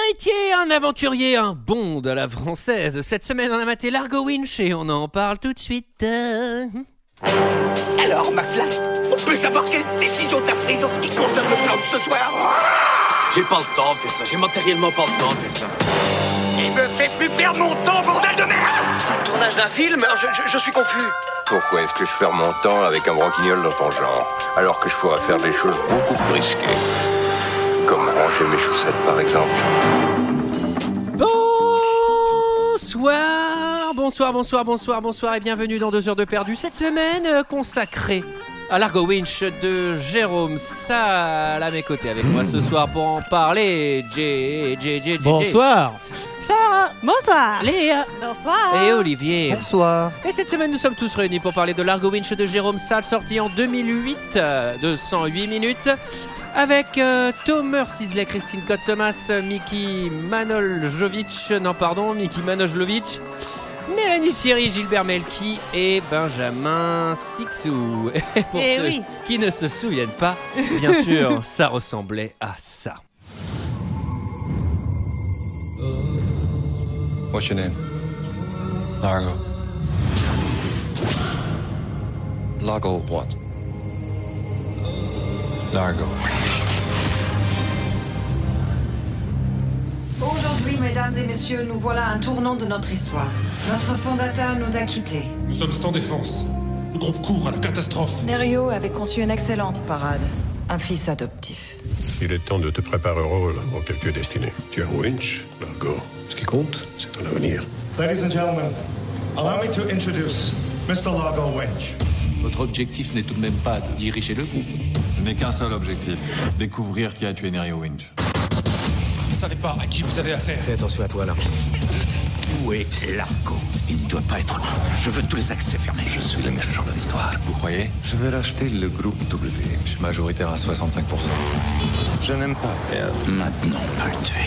héritier, un aventurier, un bond à la française. Cette semaine, on a maté Largo Winch et on en parle tout de suite. Alors, McFly, on peut savoir quelle décision t'as prise en ce qui concerne le plan de ce soir? J'ai pas le temps de faire ça, j'ai matériellement pas le temps de faire ça. Il me fait plus perdre mon temps, bordel de merde! Tournage d'un film? Je suis confus. Pourquoi est-ce que je perds mon temps avec un branquignol dans ton genre, alors que je pourrais faire des choses beaucoup plus risquées? Comme ranger mes chaussettes, par exemple. Bonsoir et bienvenue dans 2 heures de perdu. Cette semaine consacrée à Largo Winch de Jérôme Salle à mes côtés. Avec moi ce soir pour en parler, Bonsoir. Sarah. Bonsoir. Léa. Bonsoir. Et Olivier. Bonsoir. Et cette semaine, nous sommes tous réunis pour parler de Largo Winch de Jérôme Salle, sorti en 2008, 208 minutes, avec Tomer Sisley, Christine Cotte-Thomas, Mickey Manojlovic, Mélanie Thierry, Gilbert Melki et Benjamin Sixou. Et pour ceux qui ne se souviennent pas, bien sûr, ça ressemblait à ça. What's your name? Largo. Largo what? Largo. Aujourd'hui, mesdames et messieurs, nous voilà à un tournant de notre histoire. Notre fondateur nous a quittés. Nous sommes sans défense. Le groupe court à la catastrophe. Nerio avait conçu une excellente parade. Un fils adoptif. Il est temps de te préparer au rôle auquel tu es destiné. Tu es Winch, Largo. Ce qui compte, c'est ton avenir. Ladies and gentlemen, allow me to introduce Mr. Largo Winch. Votre objectif n'est tout de même pas de diriger le groupe. Je n'ai qu'un seul objectif. Découvrir qui a tué Nerio Winch. Vous ne savez pas à qui vous avez affaire. Fais attention à toi, là. Où est Largo? Il ne doit pas être loin. Je veux tous les accès fermés. Je suis le méchant de l'histoire. Vous croyez? Je vais racheter le groupe W. Je suis majoritaire à 65%. Je n'aime pas perdre. Maintenant, on peut le tuer.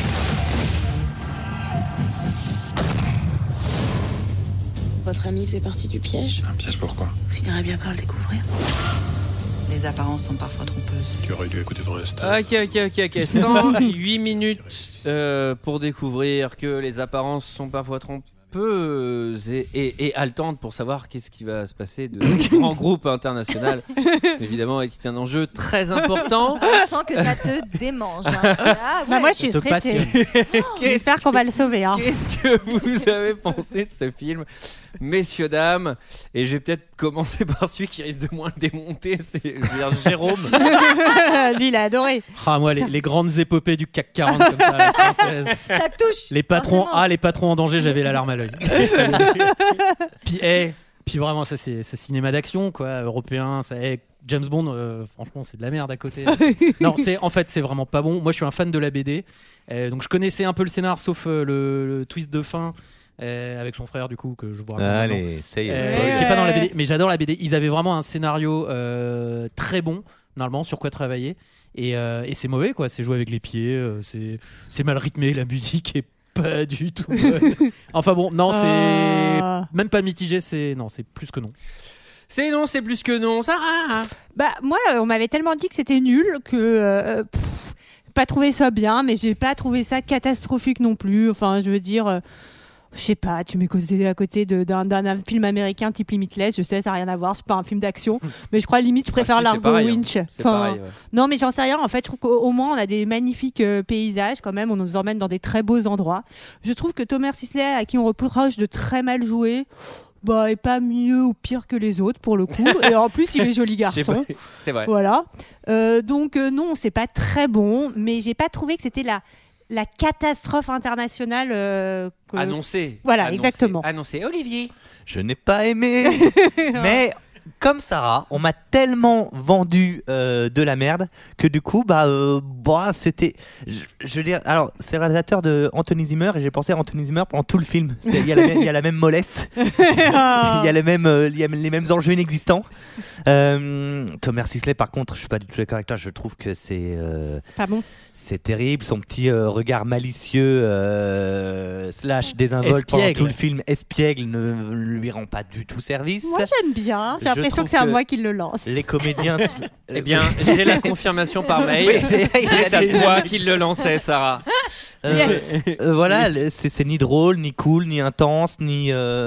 Votre ami faisait partie du piège. Un piège pourquoi? Vous finirez bien par le découvrir. Les apparences sont parfois trompeuses. Tu aurais dû écouter ton instinct. Ok. 108 minutes pour découvrir que les apparences sont parfois trompeuses et haletantes pour savoir qu'est-ce qui va se passer de grand groupe international. Évidemment, c'est un enjeu très important. On sent que ça te démange. Hein. Ah, ouais. Moi, je suis stressée. J'espère qu'on va le sauver. Hein. Qu'est-ce que vous avez pensé de ce film, messieurs, dames? Et je vais peut-être commencer par celui qui risque de moins le démonter, c'est Jérôme. Lui, il a adoré. Moi, les grandes épopées du CAC 40 comme ça, la française. Ça touche. Les patrons les patrons en danger, j'avais l'alarme à l'œil. Puis vraiment, ça c'est cinéma d'action, quoi, européen. James Bond, franchement, c'est de la merde à côté. Non, c'est vraiment pas bon. Moi, je suis un fan de la BD, donc je connaissais un peu le scénar, sauf le twist de fin. Avec son frère du coup que je vois ça y est, qui est pas dans la BD, mais j'adore la BD. Ils avaient vraiment un scénario très bon normalement sur quoi travailler et c'est mauvais quoi, c'est joué avec les pieds, c'est mal rythmé, la musique est pas du tout bonne. Enfin bon, non, c'est même pas mitigé, c'est plus que non. C'est plus que non, Sarah. Moi, on m'avait tellement dit que c'était nul que pas trouvé ça bien, mais j'ai pas trouvé ça catastrophique non plus. Enfin, je veux dire. Je sais pas, tu mets à côté d'un film américain type Limitless, je sais, ça n'a rien à voir, c'est pas un film d'action, mais je crois limite je préfère Largo Winch. C'est pareil, ouais. Non, mais j'en sais rien, en fait, je trouve qu'au moins on a des magnifiques paysages quand même, on nous emmène dans des très beaux endroits. Je trouve que Tomer Sisley, à qui on reproche de très mal jouer, est pas mieux ou pire que les autres pour le coup, et en plus il est joli garçon. C'est vrai. Voilà. Donc non, c'est pas très bon, mais j'ai pas trouvé que c'était la catastrophe internationale annoncée. Voilà, exactement. Annoncée. Olivier. Je n'ai pas aimé, mais comme Sarah, on m'a tellement vendu de la merde que du coup, c'était. Je veux dire, alors c'est le réalisateur de Anthony Zimmer et j'ai pensé à Anthony Zimmer pendant tout le film. Il y a la même mollesse, il y a les mêmes enjeux inexistants. Tomer Sisley, par contre, je suis pas du tout d'accord avec toi. Je trouve que c'est pas bon. C'est terrible, son petit regard malicieux slash désinvolte pendant tout le film, espiègle, ne lui rend pas du tout service. Moi j'aime bien, j'ai l'impression que c'est à moi qui le lance. Les comédiens. Eh bien, j'ai la confirmation par mail. C'est à toi qui le lançait, Sarah. Yes. Voilà, c'est ni drôle, ni cool, ni intense, ni.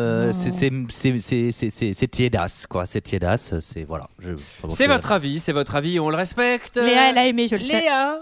C'est tiédasse, quoi. C'est tiédasse, c'est. Voilà. C'est votre avis, on le respecte. Léa, elle a aimé, je le sais. Léa.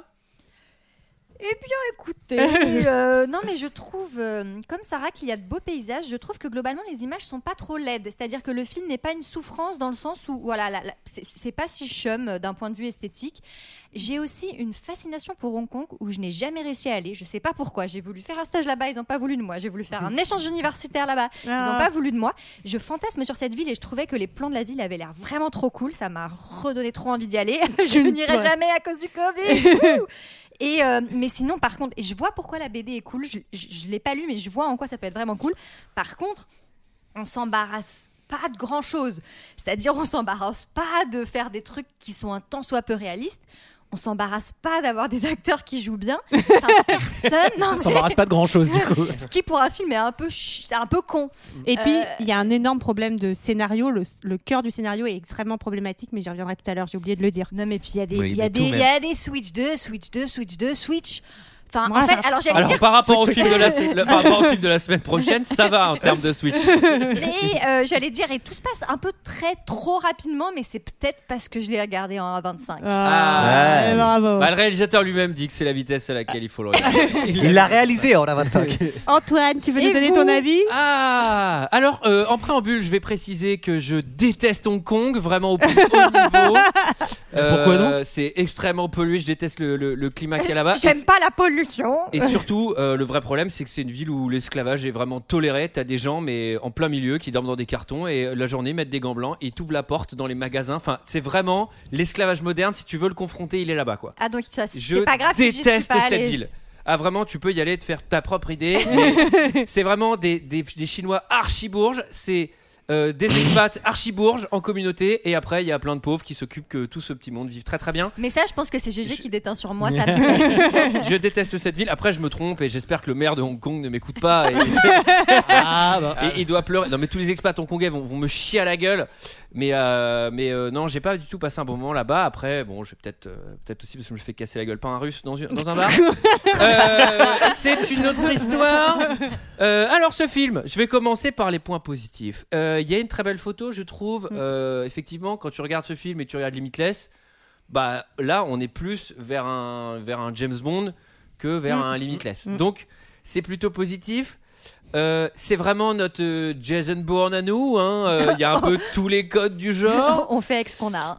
Eh bien, écoutez, non mais je trouve, comme Sarah, qu'il y a de beaux paysages. Je trouve que globalement les images sont pas trop laides. C'est-à-dire que le film n'est pas une souffrance dans le sens où, voilà, c'est pas si chum d'un point de vue esthétique. J'ai aussi une fascination pour Hong Kong où je n'ai jamais réussi à aller. Je sais pas pourquoi. J'ai voulu faire un stage là-bas, ils n'ont pas voulu de moi. J'ai voulu faire un échange universitaire là-bas, ils n'ont pas voulu de moi. Je fantasme sur cette ville et je trouvais que les plans de la ville avaient l'air vraiment trop cool. Ça m'a redonné trop envie d'y aller. Je n'irai jamais à cause du Covid. Mais sinon, par contre, et je vois pourquoi la BD est cool. Je l'ai pas lu, mais je vois en quoi ça peut être vraiment cool. Par contre, on s'embarrasse pas de grand chose. C'est-à-dire, on s'embarrasse pas de faire des trucs qui sont un tant soit peu réalistes. On s'embarrasse pas d'avoir des acteurs qui jouent bien. On s'embarrasse pas de grand chose du coup. Ce qui pour un film est un peu con. Et puis il y a un énorme problème de scénario. Le cœur du scénario est extrêmement problématique, mais j'y reviendrai tout à l'heure. J'ai oublié de le dire. Non mais puis il y a des switch 2, switch 2, switch 2, switch. Enfin, en fait, alors j'allais dire par rapport au film de la semaine prochaine, ça va en termes de Switch. Mais j'allais dire, et tout se passe un peu trop rapidement, mais c'est peut-être parce que je l'ai regardé en 1,25. Bravo. Le réalisateur lui-même dit que c'est la vitesse à laquelle il faut le regarder. Il l'a réalisé en 1,25. Antoine, tu veux nous donner ton avis? Alors, en préambule, je vais préciser que je déteste Hong Kong, vraiment au plus haut niveau. Pourquoi non? C'est extrêmement pollué, je déteste le climat qu'il y a là-bas. J'aime pas la pollution. Et surtout, le vrai problème, c'est que c'est une ville où l'esclavage est vraiment toléré. T'as des gens, mais en plein milieu, qui dorment dans des cartons et la journée mettent des gants blancs et t'ouvrent la porte dans les magasins. Enfin, c'est vraiment l'esclavage moderne. Si tu veux le confronter, il est là-bas, quoi. Ah donc ça, c'est pas grave si j'y suis déteste pas cette allée. ville. Ah vraiment, tu peux y aller te faire ta propre idée. C'est vraiment des Chinois archi-bourges. C'est des expats archi-bourges en communauté. Et après, il y a plein de pauvres qui s'occupent que tout ce petit monde vive très très bien. Mais ça, je pense que c'est GG qui déteint sur moi. Ça me plaît. Je déteste cette ville. Après, je me trompe et j'espère que le maire de Hong Kong ne m'écoute pas. Et il doit pleurer. Non, mais tous les expats hongkongais vont me chier à la gueule. Mais non, j'ai pas du tout passé un bon moment là-bas. Après, bon, je vais peut-être aussi parce que je me fais casser la gueule par un russe dans un bar. C'est une autre histoire. Alors, ce film, je vais commencer par les points positifs. Il y a une très belle photo, je trouve. Effectivement, quand tu regardes ce film et tu regardes Limitless, bah là, on est plus vers un James Bond que vers un Limitless. Donc, c'est plutôt positif. C'est vraiment notre Jason Bourne à nous. Il y a un peu tous les codes du genre. On fait avec ce qu'on a.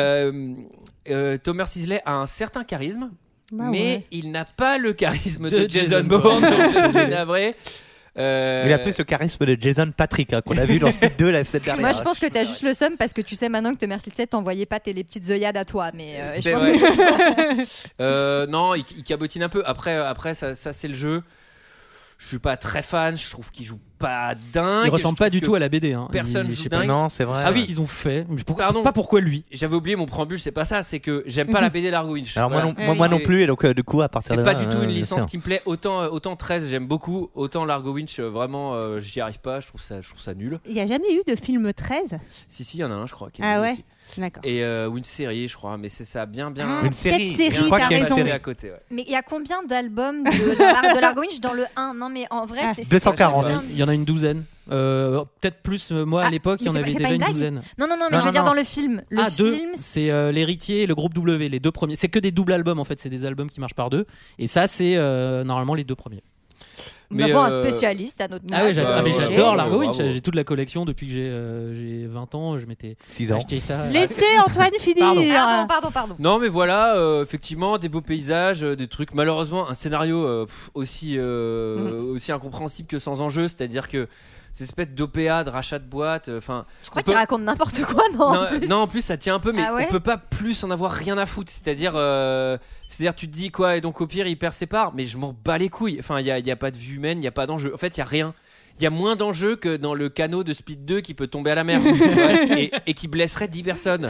Thomas Sisley a un certain charisme, mais il n'a pas le charisme de Jason Bourne. Donc je suis navré. Il a plus le charisme de Jason Patrick qu'on a vu dans Speed 2 la semaine dernière. Moi je pense que t'as juste le seum parce que tu sais maintenant que Thomas Sisley t'envoyait pas les petites œillades à toi, mais je pense que c'est... non, il cabotine un peu. Après ça c'est le jeu. Je suis pas très fan, je trouve qu'il joue pas dingue. Il ressemble pas du tout à la BD. Personne joue dingue. Non, c'est vrai. Ah oui, ils ont fait. Pardon. Pas pourquoi lui. J'avais oublié mon préambule, c'est pas ça, c'est que j'aime pas la BD Largo Winch. Alors moi non plus, et donc du coup à partir de là. C'est pas du tout une licence qui me plaît. Autant 13 j'aime beaucoup, autant Largo Winch vraiment j'y arrive pas, je trouve ça nul. Il y a jamais eu de film 13? Si, il y en a un, je crois. Ah ouais. Aussi. D'accord. Et ou une série, je crois, mais c'est ça bien. Une série. Je crois qu'il y a une série à côté. Ouais. Mais il y a combien d'albums de Largo Winch dans le 1? Non, mais en vrai, c'est 240. Il y en a une douzaine. Peut-être plus. Moi, à l'époque, il y en avait déjà une douzaine. Non, mais je veux dire dans le film. Le film, c'est l'héritier et le groupe W, les deux premiers. C'est que des doubles albums en fait. C'est des albums qui marchent par deux. Et ça, c'est normalement les deux premiers. Nous avons un spécialiste à notre Ah ouais, j'adore Largo Winch. J'ai toute la collection depuis que j'ai 20 ans. Je m'étais 6 ans. acheté ça. Laissez Antoine finir. Pardon. Non, mais voilà, effectivement, des beaux paysages, des trucs. Malheureusement, un scénario aussi incompréhensible que sans enjeu, c'est-à-dire que ces espèces d'OPA, de rachat de boîte. Je crois qu'il raconte n'importe quoi, non, en plus ça tient un peu, mais on peut pas plus en avoir rien à foutre. C'est-à-dire tu te dis quoi, et donc au pire il perd ses parts, mais je m'en bats les couilles. Enfin, il y a pas de vue humaine, il y a pas d'enjeu. En fait, il y a rien. Il y a moins d'enjeux que dans le canot de Speed 2 qui peut tomber à la mer et qui blesserait 10 personnes.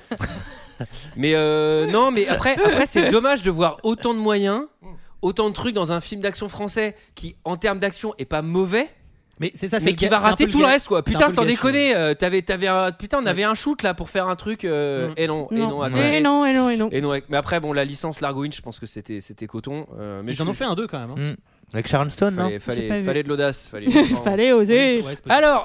Mais non, mais après c'est dommage de voir autant de moyens, autant de trucs dans un film d'action français qui, en termes d'action, est pas mauvais. Mais c'est ça, mais qui va rater tout le reste, quoi. C'est un Putain, peu sans le gâchis, déconner, on avait un shoot là pour faire un truc, et non, à côté. Et non. Et non, mais après, bon, la licence Largo Winch, je pense que c'était coton. Mais Ils en ont fait un 2 quand même. Hein. Avec Sharon Stone, non Fallait de l'audace. Fallait oser. Alors,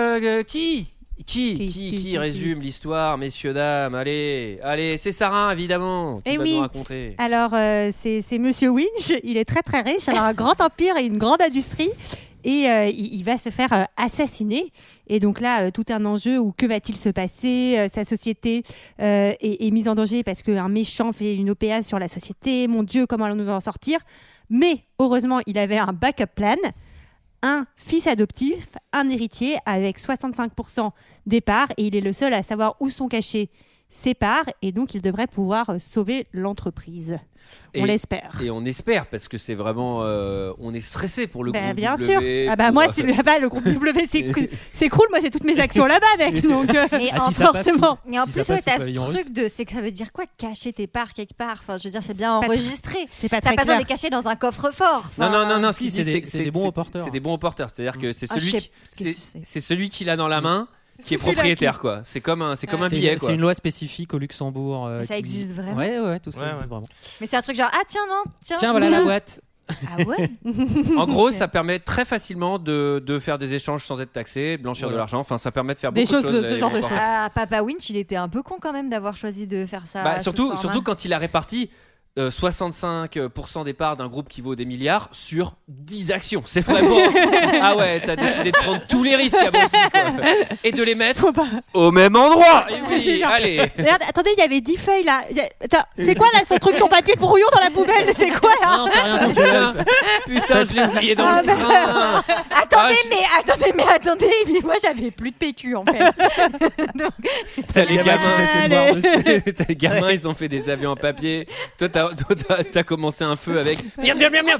qui résume l'histoire, messieurs, dames? Allez, c'est Sarah, évidemment, qui va nous raconter. Alors, c'est Monsieur Winch, il est très très riche, il a un grand empire et une grande industrie. Et il va se faire assassiner. Et donc là, tout un enjeu où que va-t-il se passer? Sa société est mise en danger parce qu'un méchant fait une OPA sur la société. Mon Dieu, comment allons-nous en sortir? Mais heureusement, il avait un backup plan. Un fils adoptif, un héritier avec 65% des parts. Et il est le seul à savoir où sont cachées ses parts. Et donc, il devrait pouvoir sauver l'entreprise. On l'espère. Et on espère, parce que c'est vraiment... on est stressé pour le groupe bien W. sûr. Moi, le groupe W, c'est cool. Moi, j'ai toutes mes actions là-bas, mec. Donc, mais forcément. Mais en plus, t'as ce truc de... C'est que ça veut dire quoi, cacher tes parts quelque part? Enfin, je veux dire, c'est bien enregistré. T'as pas besoin de les cacher dans un coffre-fort. Non, si, c'est des bons reporters. C'est des bons reporters. C'est-à-dire que c'est celui qui l'a dans la main qui est propriétaire, quoi. C'est comme un billet, quoi. C'est une loi spécifique au Luxembourg. Ça existe vraiment. Ouais, tout ça existe vraiment. Mais c'est un truc genre, tiens, voilà la boîte. Ah ouais. En gros, ça permet très facilement de faire des échanges sans être taxé, blanchir de l'argent. Enfin, ça permet de faire beaucoup de choses. Ce genre de choses. Papa Winch, il était un peu con quand même d'avoir choisi de faire ça. Surtout quand il a réparti 65% des parts d'un groupe qui vaut des milliards sur 10 actions. C'est vraiment... Ah ouais, t'as décidé de prendre tous les risques, abruti, quoi. Et de les mettre au même endroit. Et oui, allez. Regarde, attendez, il y avait 10 feuilles là. C'est quoi là ce truc, ton papier brouillon dans la poubelle? C'est quoi là? Non, c'est rien, c'est Putain, je l'ai oublié dans le train. Attendez, mais moi j'avais plus de PQ en fait. Donc... T'as les gamins, ils ont fait des avions en papier. Toi, t'as commencé un feu avec. Miam.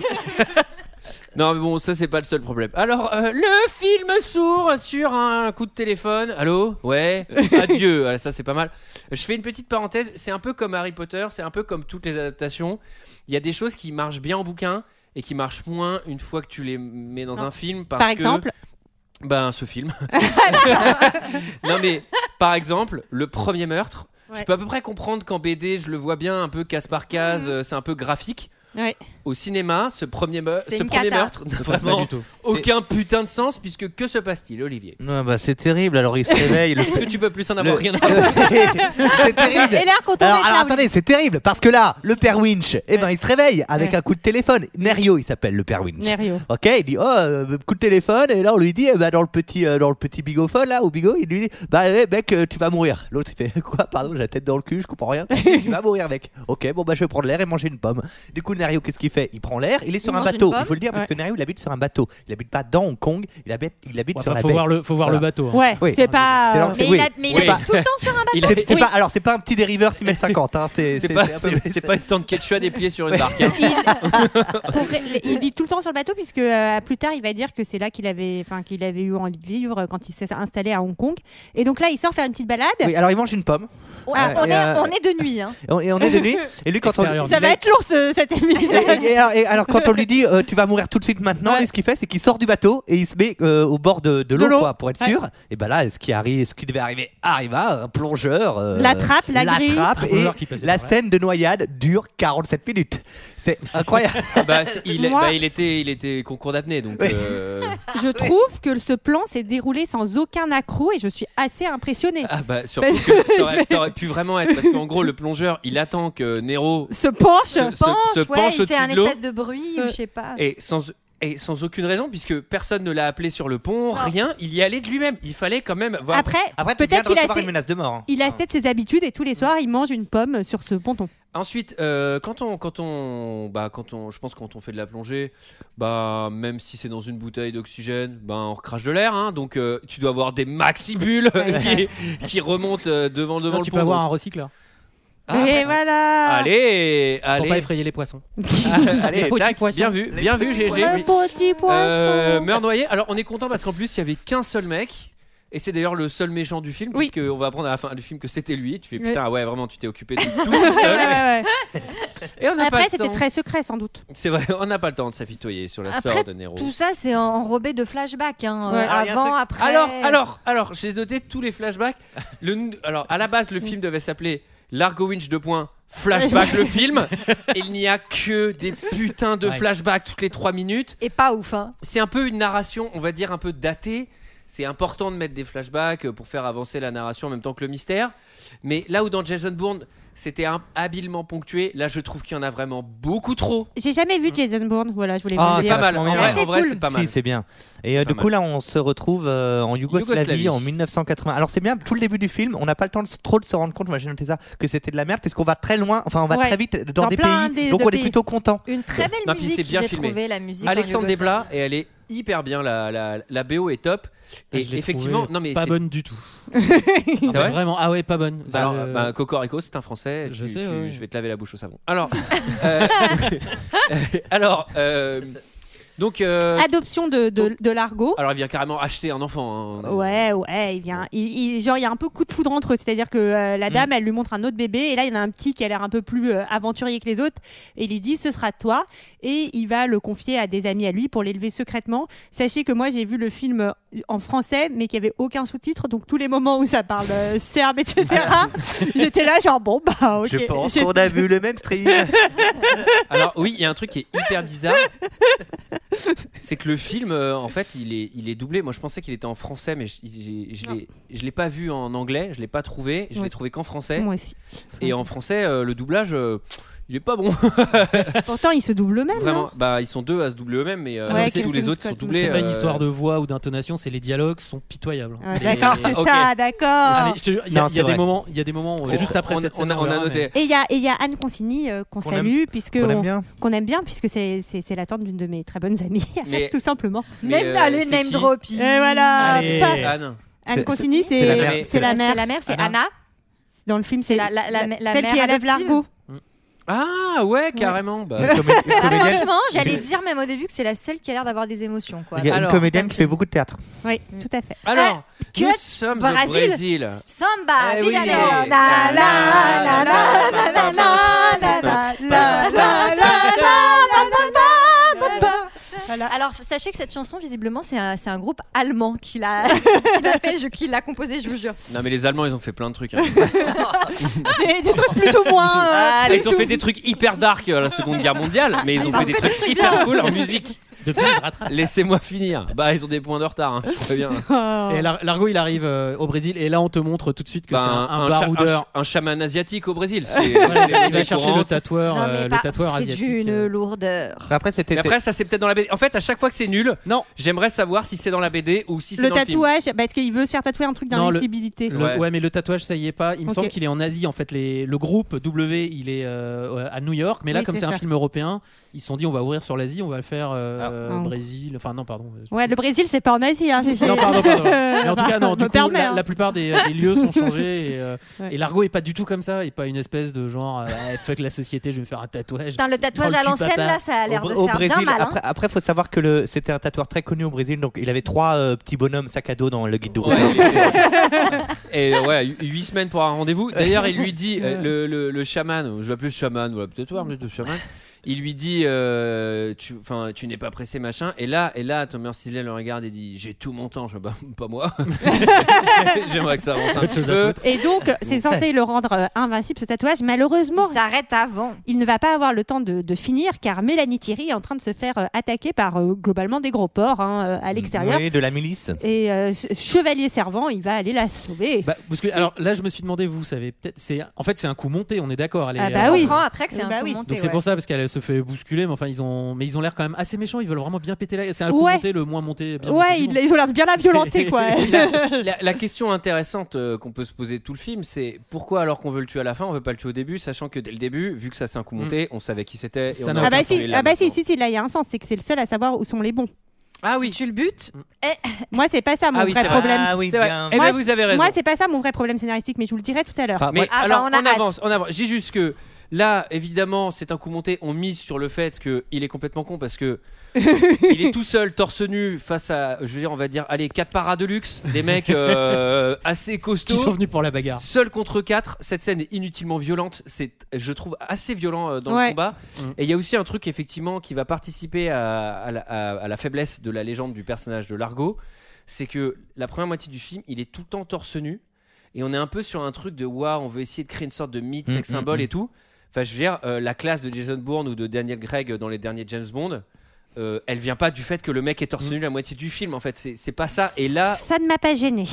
Non, mais bon, ça c'est pas le seul problème. Alors, le film s'ouvre sur un coup de téléphone. Allô? Ouais. Adieu. Ça c'est pas mal. Je fais une petite parenthèse. C'est un peu comme Harry Potter. C'est un peu comme toutes les adaptations. Il y a des choses qui marchent bien en bouquin et qui marchent moins une fois que tu les mets dans un film. Par exemple. Ce film. Non, mais par exemple, le premier meurtre. Ouais. Je peux à peu près comprendre qu'en BD, je le vois bien un peu case par case, c'est un peu graphique. Ouais. Au cinéma, ce premier meurtre n'a vraiment aucun putain de sens, puisque que se passe-t-il, Olivier? C'est terrible, alors il se réveille. Est-ce que tu peux plus en avoir rien à faire? C'est terrible. Alors attendez, c'est terrible, parce que là, le père Winch, il se réveille avec un coup de téléphone. Nerio, il s'appelle, le père Winch. Nerio. Ok, il dit coup de téléphone, et là on lui dit dans le petit bigophone là, au bigot, il lui dit mec, tu vas mourir. L'autre il fait quoi? Pardon, j'ai la tête dans le cul, je comprends rien. Tu vas mourir, mec. Ok, je vais prendre l'air et manger une pomme. Du coup, Nerio, qu'est-ce qu'il fait? Il prend l'air, il est sur un bateau. Il faut le dire, parce que Nerio, il habite sur un bateau. Il habite pas dans Hong Kong, il habite sur la baie. Faut voir le bateau. Ouais, c'est pas. Mais il habite tout le temps sur un bateau. C'est pas un petit dériveur 6,50 m. C'est pas une tente quechua dépliée sur une barque. Il vit tout le temps sur le bateau, puisque plus tard, il va dire que c'est là qu'il avait eu envie de vivre quand il s'est installé à Hong Kong. Et donc là, il sort faire une petite balade. Oui, alors il mange une pomme. On est de nuit. Et on est de nuit. Et lui, quand ça va être lourd cette émission. Et alors quand on lui dit tu vas mourir tout de suite maintenant, ce qu'il fait, c'est qu'il sort du bateau et il se met au bord de l'eau, quoi, pour être sûr. Et là, ce qui devait arriver arriva. Un plongeur l'attrape, et la scène de noyade dure 47 minutes. C'est incroyable. Il était concours d'apnée, donc. Je trouve que ce plan s'est déroulé sans aucun accroc et je suis assez impressionnée. Surtout que t'aurais pu vraiment être, parce qu'en gros le plongeur il attend que Nero se penche il fait un espèce de bruit ou je sais pas. Et sans aucune raison, puisque personne ne l'a appelé sur le pont, rien, il y allait de lui-même. Il fallait quand même voir. Après peut-être qu'il a une menace de mort. Il a peut-être ses habitudes et tous les soirs il mange une pomme sur ce ponton. Ensuite, quand on fait de la plongée, même si c'est dans une bouteille d'oxygène, on recrache de l'air, hein, donc tu dois avoir des maxi-bulles qui remontent devant le pont. Tu peux avoir un recycleur. Et voilà. Allez. Pour pas effrayer les poissons. Allez, les petits poissons. Bien vu, GG. Le petit poisson. Meurtre noyé. Alors on est content parce qu'en plus il y avait qu'un seul mec. Et c'est d'ailleurs le seul méchant du film, Oui. puisqu'on va apprendre à la fin du film que c'était lui. Tu fais Oui. putain, ouais, vraiment, tu t'es occupé de tout seul. Ouais. Et on n'a pas Après, le c'était temps. très secret sans doute. C'est vrai, on n'a pas le temps de s'apitoyer sur la Après, sœur de Nero. tout ça, c'est enrobé de flashbacks. Hein. Ouais. Alors, il y a un Avant, truc- après. Alors, j'ai noté tous les flashbacks. Alors, à la base, le film devait s'appeler Largo Winch : Flashback le film. Il n'y a que des putains de Ouais. flashbacks toutes les 3 minutes. Et pas ouf. Hein. C'est un peu une narration, on va dire, un peu datée. C'est important de mettre des flashbacks pour faire avancer la narration en même temps que le mystère. Mais là où dans Jason Bourne, c'était habilement ponctué, là je trouve qu'il y en a vraiment beaucoup trop. J'ai jamais vu Jason Bourne, voilà, je voulais Ah, vous C'est dire. pas mal. vachement bien. En vrai, cool. c'est pas mal. Si, c'est bien. Et Pas du coup, là, on se retrouve en Yougoslavie Yougoslavie. en 1980. Alors, c'est bien, tout le début du film, on n'a pas le temps trop de se rendre compte, moi j'ai noté ça, que c'était de la merde, puisqu'on va très loin, enfin, on va Ouais. très vite dans Dans des plein pays, des- donc de on est pays. plutôt content. Une très belle Non, puis musique, c'est bien j'ai filmé. trouvé la musique. Alexandre en Yougoslavie. Desplat, et elle est hyper bien, la BO est top. Et Je l'ai effectivement, trouvée non mais pas c'est bonne du tout. c'est vrai. Vraiment, ah ouais, pas bonne. Alors, Cocorico, c'est un français. Je sais, ouais. Je vais te laver la bouche au savon. Alors, euh, alors, donc, Adoption de Largo. alors il vient carrément acheter un enfant. hein. Ouais, il vient. Genre, il y a un peu coup de foudre entre eux. C'est-à-dire que la dame, elle lui montre un autre bébé. Et là, il y en a un petit qui a l'air un peu plus aventurier que les autres. Et il lui dit, ce sera toi. Et il va le confier à des amis à lui pour l'élever secrètement. Sachez que moi, j'ai vu le film en français, mais qu'il n'y avait aucun sous-titre. Donc, tous les moments où ça parle serbe, etc., j'étais là, genre, bon, bah, ok. Je pense qu'on a vu le même stream. Alors oui, il y a un truc qui est hyper bizarre. C'est que le film, en fait, il est doublé. Moi, je pensais qu'il était en français, mais je l'ai pas vu en anglais. Je l'ai pas trouvé. Je l'ai trouvé qu'en français. Moi aussi. Et en français, le doublage, il est pas bon. Pourtant, ils se doublent eux-mêmes. Vraiment. Bah, ils sont deux à se doubler eux-mêmes, mais Ouais, tous les Kirsten autres ils sont Scott. doublés. C'est pas une histoire de voix ou d'intonation, c'est les dialogues sont pitoyables. Ah, d'accord, c'est ok. ça, d'accord. Ah, mais je te jure, il y Non, a c'est des vrai. moments, juste après cette scène. on a noté. Et il y a Anne Consigny qu'on Qu'on salue, Qu'on aime bien. puisque c'est la tante d'une de mes très bonnes amies, Mais- tout simplement. Allez, c'est name qui dropping. Et voilà. Allez. Paf. Anne. Anne Consigny, c'est la mère. c'est la mère. C'est la mère, c'est Anna. Anna. Dans le film, c'est la celle mère qui élève adoptive. Largo. Ah ouais, carrément. Bah, Ah, Comédienne. franchement, j'allais dire même au début que c'est la seule qui a l'air d'avoir des émotions. Quoi. Il y a une Alors, comédienne qui fait beaucoup de théâtre. Oui, tout à fait. alors, cut, nous sommes au Brésil. Brésil. Samba, Eh oui. Vijay. La la la la la la la la la la la Voilà. Alors, sachez que cette chanson, visiblement, c'est un groupe allemand qui l'a fait, qui l'a composé, je vous jure. Non mais les Allemands ils ont fait plein de trucs. Hein. Des trucs plus ou moins. Ils ont fait des trucs hyper dark à la Seconde Guerre mondiale, mais ils ont fait des trucs hyper cool en musique. Depuis, ils se rattrapent. Laissez-moi finir. Bah ils ont des points de retard. Hein. Je sais bien. Et Largo, il arrive au Brésil et là, on te montre tout de suite que Bah, c'est un baroudeur. un chaman asiatique au Brésil. Voilà, il va c'est chercher courant. le tatoueur, Non, mais le pas- tatoueur c'est asiatique. d'une lourdeur. Après, c'était. Mais après ça c'est peut-être dans la BD. En fait à chaque fois que c'est nul, Non. j'aimerais savoir si c'est dans la BD ou si c'est Le dans le film. tatouage, parce qu'il veut se faire tatouer un truc Non, d'invisibilité. Ouais, mais le tatouage, ça y est pas. Il me Ok. semble qu'il est en Asie. En fait, le groupe W, il est à New York. Mais là, Oui, comme c'est c'est un ça. film européen, ils se sont dit on va ouvrir sur l'Asie, on va le faire Ah. Brésil. Enfin, non, pardon. Ouais, le Brésil, c'est pas en Asie. Hein, Non, pardon. Mais en tout cas, non, Je du me coup, permets, la hein. plupart des lieux sont changés. Ouais. Et Largo est pas du tout comme ça. Il est pas une espèce de genre, fuck la société, je vais me faire un tatouage. Putain, le tatouage Dans le à cul, l'ancienne, papa. là, ça a l'air de Au faire Brésil, bien mal. Hein. après, faut savoir que c'était un tatoueur très connu au Brésil, donc il avait 3 petits bonhommes sac à dos dans le guide du Ouais, roi. et ouais, 8 semaines pour un rendez-vous. D'ailleurs, il lui dit, le chaman, je l'appelle chaman, voilà, peut-être toi, mais le chaman, il lui dit, tu n'es pas pressé, machin. Et là, Thomas Sisley le regarde et dit, j'ai tout mon temps. Je dis, bah, pas moi. J'aimerais que ça avance un petit peu. Et donc, c'est censé le rendre invincible ce tatouage. Malheureusement, Il s'arrête avant. il ne va pas avoir le temps de finir car Mélanie Thierry est en train de se faire attaquer par globalement des gros porcs à l'extérieur. Oui, de la milice. Et chevalier servant, il va aller la sauver. Bah, parce que, alors là, je me suis demandé, vous savez, peut-être, en fait, c'est un coup monté, on est d'accord. elle est, Ah bah oui. On comprend après que c'est Bah un coup oui. monté. Donc c'est ouais. pour ça, parce qu'elle se fait bousculer, mais enfin ils ont l'air quand même assez méchants. Ils veulent vraiment bien péter la. C'est un coup Ouais. monté, le moins monté. Bien monté Ouais, du monde. ils ont l'air de bien la violenter, quoi. La question intéressante qu'on peut se poser tout le film, c'est pourquoi alors qu'on veut le tuer à la fin, on veut pas le tuer au début, sachant que dès le début, vu que ça c'est un coup monté, on savait qui c'était. Et Ça on n'a aurait Ah bah pu si, sauver là ah bah maintenant. si, là il y a un sens, c'est que c'est le seul à savoir où sont les bons. Ah Si oui. tu le butes, Moi c'est pas ça mon Ah oui, vrai c'est vrai. problème. Ah oui, C'est vrai. bien. Eh Moi, ben vous avez raison. Moi c'est pas ça mon vrai problème scénaristique, mais je vous le dirai tout à l'heure. Enfin, Mais moi- Ah bah, alors on a hâte. avance. J'ai juste que Là, évidemment, c'est un coup monté. On mise sur le fait qu'il est complètement con parce que il est tout seul, torse nu, face à, je veux dire, on va dire, allez, 4 paras de luxe, des mecs assez costauds. Qui sont venus pour la bagarre. Seul contre 4. Cette scène est inutilement violente. C'est, je trouve, assez violent dans le combat. Et il y a aussi un truc, effectivement, qui va participer à la faiblesse de la légende du personnage de Largo. C'est que la première moitié du film, il est tout le temps torse nu. Et on est un peu sur un truc de waouh, on veut essayer de créer une sorte de mythe, sex symbole et tout. Enfin, je veux dire, la classe de Jason Bourne ou de Daniel Craig dans les derniers James Bond, elle vient pas du fait que le mec est torse nu la moitié du film. En fait, c'est pas ça. Et là, ça ne m'a pas gêné.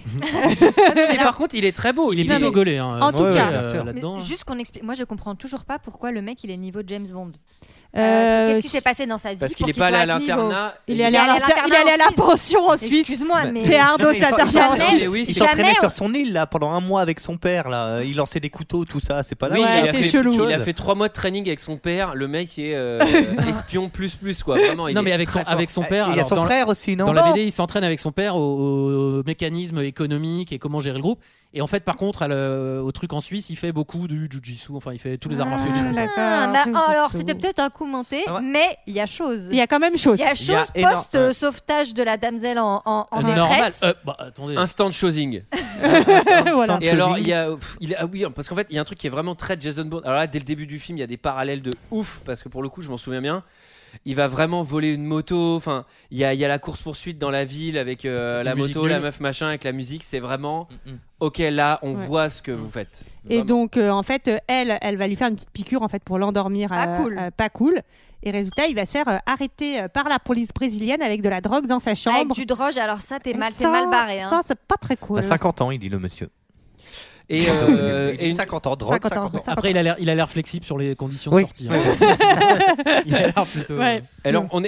mais par contre, il est très beau. Il est plutôt gaulé. Hein, en tout cas, là-dedans. Juste qu'on explique. Moi, je comprends toujours pas pourquoi le mec il est niveau James Bond. Qu'est-ce qui s'est passé dans sa vie? Parce qu'il est pas allé à l'internat. Il est allé à la pension en Suisse. Excuse-moi, mais c'est Ardos l'internat en Suisse. Il s'entraînait sur son île là pendant un mois avec son père là. Il lançait des couteaux, tout ça. C'est pas là. Oui, c'est chelou. Il a fait 3 mois de training avec son père. Le mec est espion plus quoi. Vraiment. Non, mais avec son père. Il y a son frère aussi, non? Dans la BD, il s'entraîne avec son père au mécanisme économique et comment gérer le groupe. Et en fait, par contre, au truc en Suisse, il fait beaucoup du jiu-jitsu. Enfin, il fait tous les arts martiaux. Alors, c'était peut-être un coup monté, mais il y a chose. Il y a quand même chose. Il y a chose post-sauvetage de la damsel en détresse. Attendez. Instant showing. Voilà. Et alors, oui, parce qu'en fait, il y a un truc qui est vraiment très Jason Bourne. Alors là, dès le début du film, il y a des parallèles de ouf, parce que pour le coup, je m'en souviens bien. Il va vraiment voler une moto. Enfin, il y a la course poursuite dans la ville avec la moto, la meuf machin, avec la musique. C'est vraiment ok. Là, on voit ce que vous faites. Et donc, en fait, elle va lui faire une petite piqûre en fait pour l'endormir. Pas cool. Et résultat, il va se faire arrêter par la police brésilienne avec de la drogue dans sa chambre. Avec du droge. Alors ça, t'es mal barré. Hein. Ça, c'est pas très cool. À 50 ans, il dit le monsieur. Et 50 ans, drogue, 50 ans. Après, il a l'air flexible sur les conditions de sortie. Hein. Il a l'air plutôt. Alors, on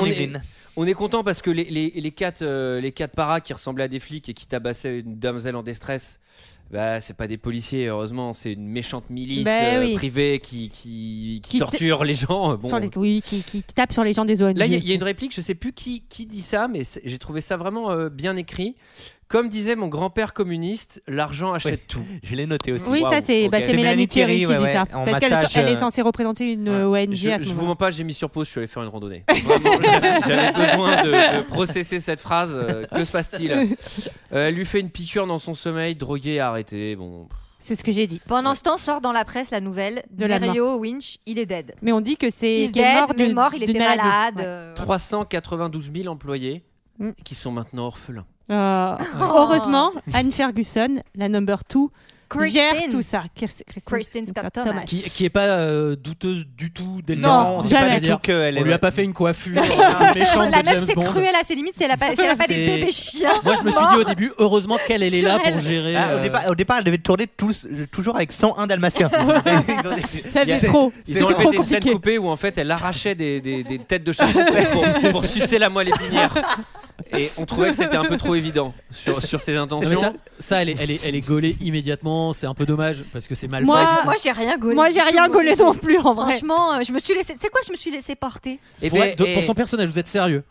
est content parce que les quatre paras qui ressemblaient à des flics et qui tabassaient une damsel en détresse, bah, c'est pas des policiers, heureusement, c'est une méchante milice privée qui torture les gens. Bon. Qui tape sur les gens des ONG. Là, il y a une réplique, je sais plus qui dit ça, mais j'ai trouvé ça vraiment bien écrit. Comme disait mon grand-père communiste, l'argent achète tout. Je l'ai noté aussi. Oui, ça c'est Mélanie Thierry qui dit ça. Parce qu'elle est censée représenter une ONG à ce moment-là. Je vous mens pas, j'ai mis sur pause, je suis allé faire une randonnée. Vraiment, j'avais besoin de processer cette phrase. Que se passe-t-il? Elle lui fait une piqûre dans son sommeil, drogué et arrêté. Bon. C'est ce que j'ai dit. Pendant ce temps, sort dans la presse la nouvelle de Mario Winch, il est dead. Mais on dit que c'est mort, il était malade. 392 000 employés qui sont maintenant orphelins. Heureusement, Anne Ferguson, la number 2, gère tout ça. Kristen Scott Thomas. Qui est pas douteuse du tout dès le début. Non, on lui a pas fait une coiffure. La meuf c'est cruel à ses limites, si elle a pas des bébés chiens. Moi je me suis dit au début, heureusement qu'elle est là pour gérer. Au départ, elle devait tourner toujours avec 101 dalmatiens. Ils ont enlevé des scènes coupées où en fait elle arrachait des têtes de chaton pour sucer la moelle épinière. Et on trouvait que c'était un peu trop évident sur ses intentions. Mais ça elle est gaulée immédiatement. C'est un peu dommage parce que c'est mal fait. Moi j'ai rien gaulé. Moi j'ai rien gaulé non plus en vrai. Franchement, je me suis laissé. C'est quoi? Je me suis laissé porter. Pour son personnage, vous êtes sérieux?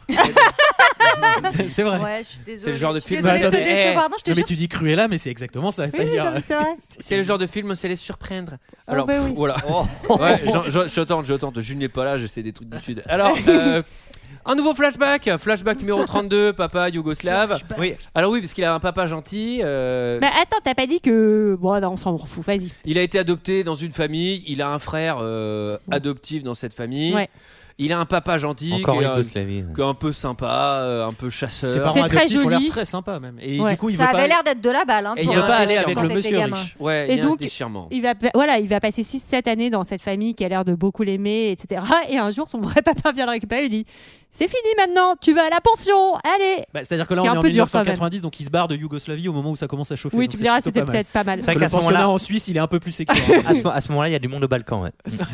C'est vrai. Ouais, je suis désolée. C'est le genre de film. Je suis désolée de te décevoir. Non, je te mais tu dis Cruella, mais c'est exactement ça. C'est-à-dire. C'est le genre de film, c'est les surprendre. Alors voilà. Ouais, je tente. Je n'ai pas là, je sais des trucs du sud. Alors. Un nouveau flashback numéro 32, papa yougoslave. Oui. Alors oui, parce qu'il a un papa gentil. Mais attends, t'as pas dit que... Bon, non, on s'en fout, vas-y. Il a été adopté dans une famille, il a un frère adoptif dans cette famille. Ouais. Il a un papa gentil qui est un peu sympa, un peu chasseur. C'est très joli. Il a l'air très sympa même. Et du coup, ça avait l'air d'être de la balle. Et il veut pas aller avec le monsieur riche. Ouais, il y a un déchirement. Il va passer 6-7 années dans cette famille qui a l'air de beaucoup l'aimer, etc. Et un jour, son vrai papa vient le récupérer et lui dit: c'est fini maintenant, tu vas à la pension, allez. C'est-à-dire que là, on est en 1990, donc il se barre de Yougoslavie au moment où ça commence à chauffer. Oui, tu me diras, c'était peut-être pas mal. Parce que le pensionnat en Suisse, il est un peu plus sécure. À ce moment-là, il y a du monde au Balkan.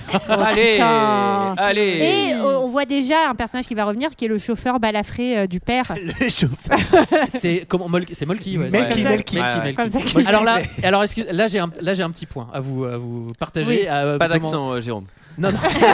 Allez. Et on voit déjà un personnage qui va revenir, qui est le chauffeur balafré du père. Le chauffeur. C'est Molky. Melky. Alors là, j'ai un petit point à vous partager. Pas d'accent, Jérôme. Non.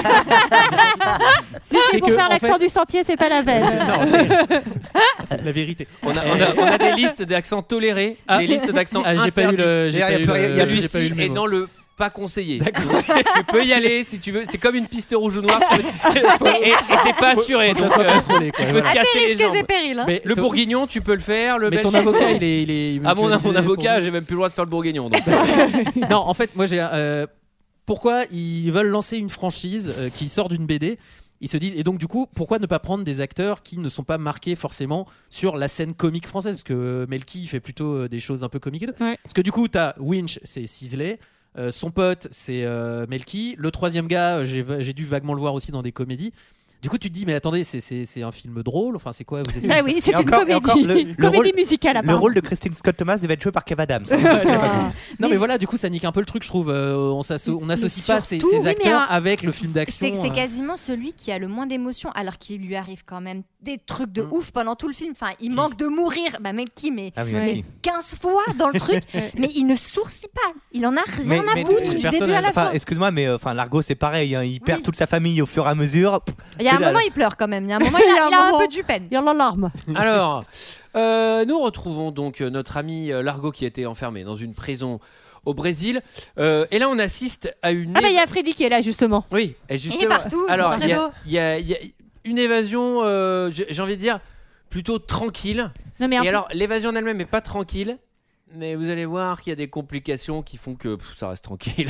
Si pour faire l'accent du sentier, c'est pas la peine. Non, c'est la vérité. On a des listes d'accents tolérés, des listes d'accents interdits. J'ai pas eu le Celui-ci est dans le pas conseillé. Tu peux y aller si tu veux. C'est comme une piste rouge ou noire. Et t'es pas assuré. Faut que ça soit contrôlé. Tu peux te casser les risques jambes. et périls. Hein. Le bourguignon, tu peux le faire. Le mais belge, ton avocat, il est mon avocat, j'ai même plus le droit de faire le bourguignon. Donc. Non, en fait, moi j'ai. Pourquoi ils veulent lancer une franchise qui sort d'une BD? Ils se disent, et donc du coup, pourquoi ne pas prendre des acteurs qui ne sont pas marqués forcément sur la scène comique française? Parce que Melky fait plutôt des choses un peu comiques. Ouais. Parce que du coup, t'as Winch, c'est Sisley. Son pote, c'est Melky. Le troisième gars, j'ai dû vaguement le voir aussi dans des comédies. Du coup, tu te dis, mais attendez, c'est un film drôle. Enfin, c'est quoi vous essayez... Ah oui, c'est une comédie. Comédie musicale, Le apparemment. rôle de Christine Scott Thomas devait être joué par Kev Adams. Non, mais voilà, du coup, ça nique un peu le truc, je trouve. On n'associe pas ces surtout, acteurs avec le film d'action. C'est quasiment celui qui a le moins d'émotions, alors qu'il lui arrive quand même des trucs de ouf pendant tout le film. Enfin, il manque de mourir. Bah, Melky, mais 15 fois dans le truc. Mais il ne sourcille pas. Il en a rien à foutre du début à la fin. Excuse-moi, mais Largo, c'est pareil. Hein, il perd toute sa famille au fur et à mesure. Il y a un moment, il pleure quand même. Il y a un moment, il a un peu du peine. Il y a la larme. Alors, nous retrouvons donc notre ami Largo qui était enfermé dans une prison au Brésil. Et là, on assiste à une. Ah, bah, il y a Freddy qui est là, justement. Oui, et justement. Il est partout. Alors, il y a une évasion, j'ai envie de dire, plutôt tranquille. Non, mais et alors, l'évasion en elle-même n'est pas tranquille. Mais vous allez voir qu'il y a des complications qui font que ça reste tranquille.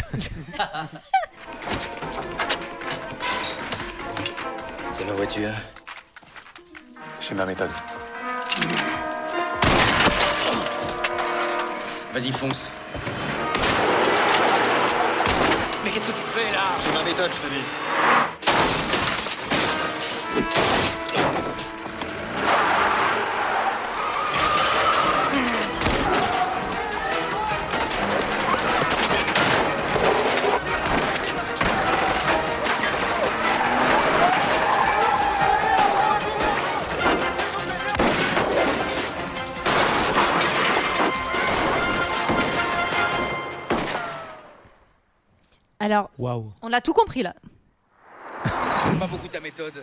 C'est ma voiture. J'ai ma méthode. Vas-y, fonce. Mais qu'est-ce que tu fais là? J'ai ma méthode, je te dis. Alors, on a tout compris là. J'aime pas beaucoup ta méthode.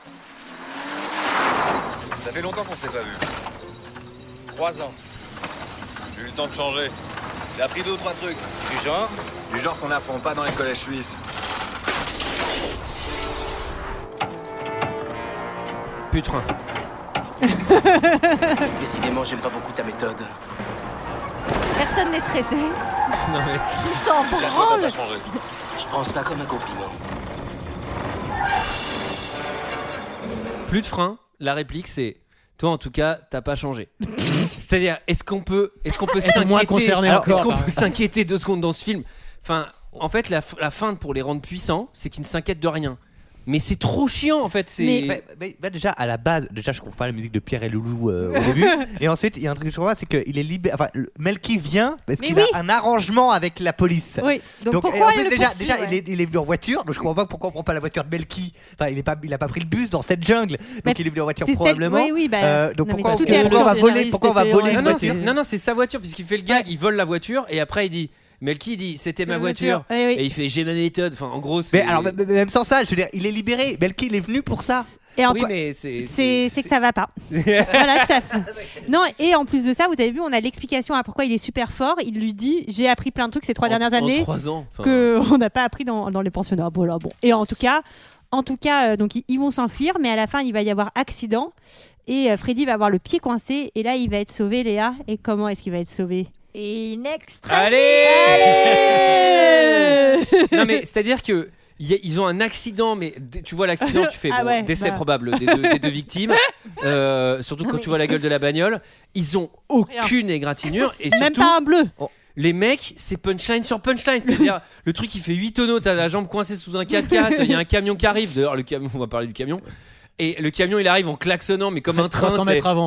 Ça fait longtemps qu'on s'est pas vu. 3 ans. J'ai eu le temps de changer. J'ai appris 2 ou 3 trucs. Du genre qu'on n'apprend pas dans les collèges suisses. Putain. Décidément, j'aime pas beaucoup ta méthode. Personne n'est stressé. Non, mais... Il s'en branle. Je prends ça comme un compliment. Plus de frein. La réplique, c'est toi, en tout cas, t'as pas changé. C'est-à-dire, est-ce qu'on peut s'inquiéter moins concerné encore, est-ce qu'on peut s'inquiéter 2 secondes dans ce film? Enfin, en fait, la fin pour les rendre puissants, c'est qu'ils ne s'inquiètent de rien. Mais c'est trop chiant en fait. Mais déjà à la base, je comprends pas la musique de Pierre et Loulou au début. Et ensuite, il y a un truc que je comprends pas, c'est qu'il est libéré. Enfin, Melky vient parce qu'il a un arrangement avec la police. Oui. Donc pourquoi en plus, déjà il est venu en voiture, donc je comprends pas pourquoi on prend pas la voiture de Melky. Enfin, il a pas pris le bus dans cette jungle, donc il est venu en voiture probablement. Donc pourquoi on va voler? Pourquoi on va voler une voiture? Non, c'est sa voiture puisqu'il fait le gag, il vole la voiture et après il dit. Melky dit c'était ma voiture et il fait j'ai ma méthode. Enfin, en gros, c'est. Mais alors même sans ça, je veux dire, il est libéré. Melky il est venu pour ça. Et oui, mais c'est que ça va pas. Voilà, tout à fait. Non, et en plus de ça, vous avez vu, on a l'explication à pourquoi il est super fort. Il lui dit j'ai appris plein de trucs ces 3 dernières années. En 3 ans. Que on n'a pas appris dans les pensionnats. Voilà, bon. Et en tout cas, donc ils vont s'enfuir, mais à la fin, il va y avoir accident et Freddy va avoir le pied coincé et là, il va être sauvé, Léa. Et comment est-ce qu'il va être sauvé? In extremis. Allez Non mais c'est-à-dire que ils ont un accident, mais tu vois l'accident, tu fais décès probable des 2 victimes. Surtout quand tu vois la gueule de la bagnole, ils ont aucune égratignure et surtout, même pas un bleu. Les mecs, c'est punchline sur punchline. C'est-à-dire, le truc il fait 8 tonneaux, t'as la jambe coincée sous un 4x4, il y a un camion qui arrive. D'ailleurs, le camion, on va parler du camion. Et le camion il arrive en klaxonnant, mais comme un train. 300 mètres avant.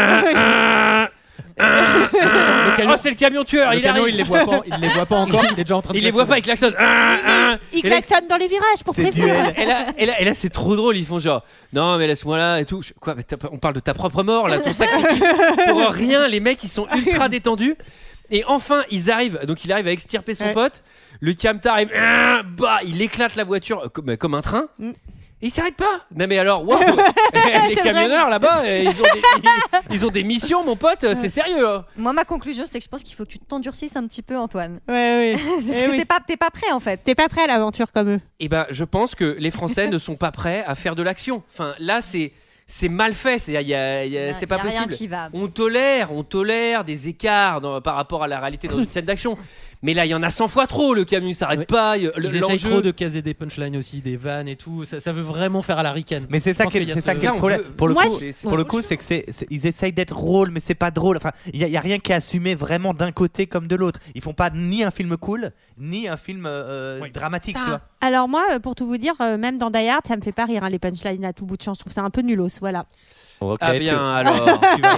C'est le camion tueur. Il arrive. Il les voit pas encore. Il est déjà en train de. Il les voit pas. Il klaxonne. Il klaxonne dans les virages pour prévenir. Et là, c'est trop drôle. Ils font genre non mais laisse-moi là et tout. Quoi? Mais on parle de ta propre mort là, ton sacrifice pour rien. Les mecs ils sont ultra détendus. Et enfin ils arrivent. Donc il arrive à extirper son pote. Le camtar arrive. Il éclate la voiture comme un train. Ils s'arrêtent pas. Non mais alors, waouh. Les camionneurs là-bas, ils ont des missions, mon pote. C'est sérieux. Hein. Moi, ma conclusion, c'est que je pense qu'il faut que tu t'endurcisses un petit peu, Antoine. Ouais. Parce que t'es pas prêt en fait. T'es pas prêt à l'aventure comme eux. Et ben, je pense que les Français ne sont pas prêts à faire de l'action. Enfin, là, c'est mal fait. C'est pas possible. Qui va. On tolère des écarts par rapport à la réalité dans une scène d'action. Mais là, il y en a 100 fois trop. Le camion il s'arrête pas. Ils essayent trop de caser des punchlines aussi, des vannes et tout. Ça veut vraiment faire à la ricane. Mais c'est ça qui est le problème. Pour le coup, c'est que ils essayent d'être drôles, mais c'est pas drôle. Enfin, il y a rien qui est assumé vraiment d'un côté comme de l'autre. Ils font pas ni un film cool, ni un film dramatique. Tu vois. Alors moi, pour tout vous dire, même dans Die Hard, ça me fait pas rire les punchlines à tout bout de champ. Je trouve ça un peu nulos. Voilà. Okay, ah bien alors.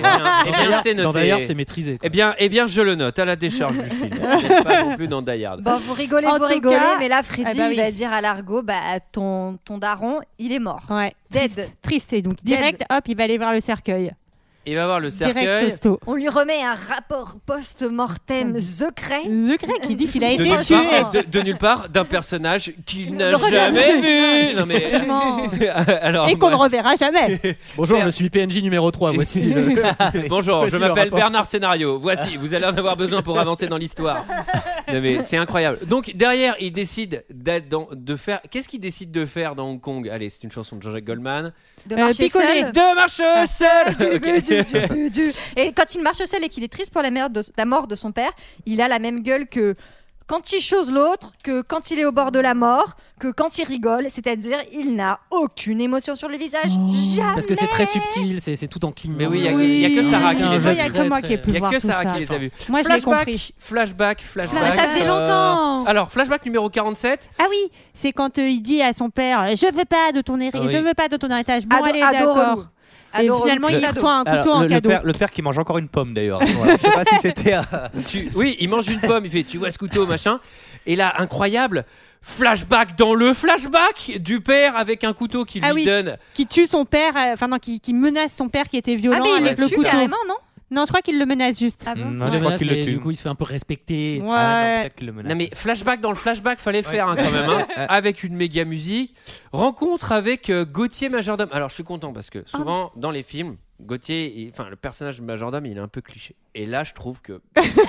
C'est noté. Dans Die Hard, c'est maîtrisé. Eh bien, je le note à la décharge du film. Je pas non plus dans Die Hard. Bon, vous rigolez, mais là, Freddy, il va dire à Largo, ton daron, il est mort. Ouais. Triste. Et donc direct, hop, il va aller voir le cercueil. Il va voir le cercueil. On lui remet un rapport post-mortem secret qui dit qu'il a été tué de nulle part, d'un personnage qu'il n'a jamais vu. Non mais alors, et qu'on ne reverra jamais. Bonjour, je suis PNJ numéro 3. Voici Bonjour, je m'appelle Bernard Scénario. Voici, vous allez en avoir besoin pour avancer dans l'histoire. Non mais c'est incroyable. Donc derrière, il décide de faire. Qu'est-ce qu'il décide de faire dans Hong Kong? Allez, c'est une chanson de Jean-Jacques Goldman. De marcher seul. De marcher seul. Et quand il marche seul et qu'il est triste pour la mort de son père, il a la même gueule que quand il chose l'autre, que quand il est au bord de la mort, que quand il rigole, c'est-à-dire il n'a aucune émotion sur le visage, jamais. Parce que c'est très subtil, c'est tout en clignement. Mais oui, il y a que Sarah qui les a vus. Il y a que moi qui ai pu voir tout ça. Il y a que Sarah qui les a vus. Moi, je l'ai compris. Flashback. Ça faisait longtemps. Alors, flashback numéro 47. Ah oui, c'est quand il dit à son père, je veux pas de ton héritage. Bon, allez, d'accord. Et finalement, il reçoit un couteau en cadeau. Le père qui mange encore une pomme d'ailleurs. Voilà. Je sais pas si c'était. Oui, il mange une pomme. Il fait, tu vois ce couteau, machin. Et là, incroyable. Flashback dans le flashback du père avec un couteau qui lui donne. Qui tue son père, qui menace son père qui était violent avec le couteau. Carrément, non ? Non, je crois qu'il le menace juste. Ah bon je crois qu'il le tue. Du coup, il se fait un peu respecter. Ouais. Peut-être qu'il le menace. Non mais flashback dans le flashback, fallait le faire quand même. Avec une méga musique. Rencontre avec Gauthier Majordome. Alors je suis content parce que souvent dans les films, Gauthier, le personnage de Majordome, il est un peu cliché. Et là, je trouve que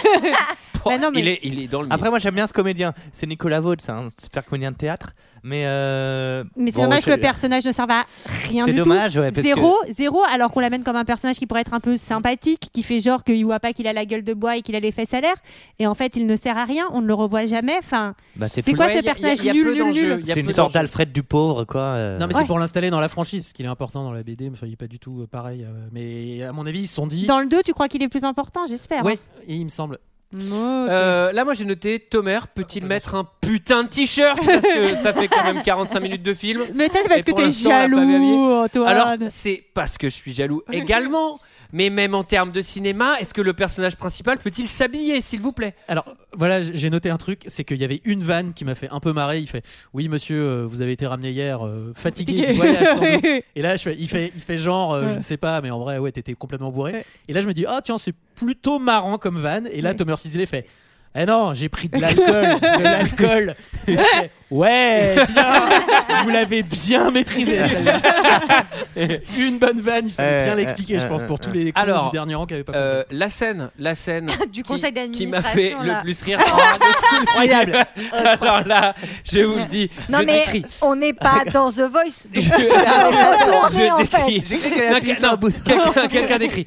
il est dans le. Après, moi, j'aime bien ce comédien. C'est Nicolas Vaud, c'est un super comédien de théâtre. Mais c'est dommage que le personnage ne serve à rien du tout. C'est dommage, ouais. Zéro, alors qu'on l'amène comme un personnage qui pourrait être un peu sympathique, qui fait genre qu'il voit pas qu'il a la gueule de bois et qu'il a les fesses à l'air. Et en fait, il ne sert à rien. On ne le revoit jamais. Enfin, c'est quoi ce personnage nul. C'est une sorte d'Alfred du pauvre, quoi. Non, mais c'est pour l'installer dans la franchise, parce qu'il est important dans la BD. Enfin, il est pas du tout pareil. Mais à mon avis, ils se sont dit. Dans le 2, tu crois qu'il est plus important, j'espère. Oui, il me semble. Là, moi j'ai noté Tomer, peut-il mettre un putain de t-shirt parce que ça fait quand même 45 minutes de film. Mais ça, c'est parce que t'es jaloux, Antoine. Alors, c'est parce que je suis jaloux également. Mais même en termes de cinéma, est-ce que le personnage principal peut-il s'habiller, s'il vous plaît? Alors voilà, j'ai noté un truc, c'est qu'il y avait une vanne qui m'a fait un peu marrer. Il fait oui monsieur, vous avez été ramené hier, fatigué du voyage sans doute. Et là il fait genre je ne sais pas, mais en vrai ouais t'étais complètement bourré. Et là je me dis ah tiens c'est plutôt marrant comme vanne. Et là Thomas Sisley fait eh non, j'ai pris de l'alcool. Ouais, bien. Vous l'avez bien maîtrisé celle-là. Une bonne vanne, il fallait bien l'expliquer, je pense, pour tous les cons du dernier rang qui n'avaient pas compris. La scène du conseil qui m'a fait le plus rire. Incroyable. Alors là, je vous le dis, non mais décris. On n'est pas dans The Voice. Je décris. Quelqu'un décrit.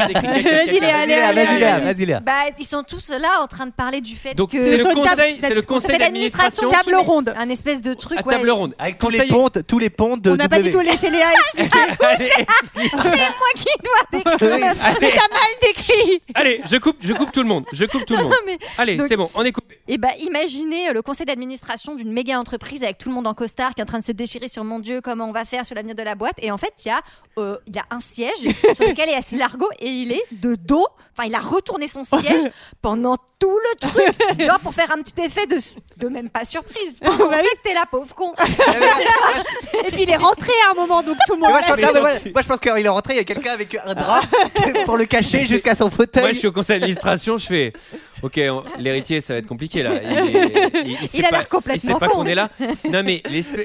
Vas-y Léa. Ils sont tous là en train de parler du fait donc, que c'est le conseil d'administration, table ronde, un espèce de truc table ronde avec tous les pontes de on n'a pas du tout laissé Léa expliquer. C'est moi qui dois décrire. Mais t'as mal décrit. Allez, je coupe tout le monde. Allez, c'est bon, on est coupé. Et imaginez le conseil d'administration d'une méga entreprise avec tout le monde en costard qui est en train de se déchirer sur mon Dieu comment on va faire sur l'avenir de la boîte. Et en fait il y a un siège sur lequel est assis Largo et il est de dos. Enfin, il a retourné son siège pendant tout le truc, genre pour faire un petit effet de même pas surprise. On sait que t'es là, pauvre con. Et puis il est rentré à un moment, donc tout le monde. Moi, je pense qu'il est rentré, il y a quelqu'un avec un drap pour le cacher jusqu'à son fauteuil. Moi, je suis au conseil d'administration, je fais. Ok, l'héritier, ça va être compliqué là. Il a l'air complètement Il sait pas con. qu'on est là. Non mais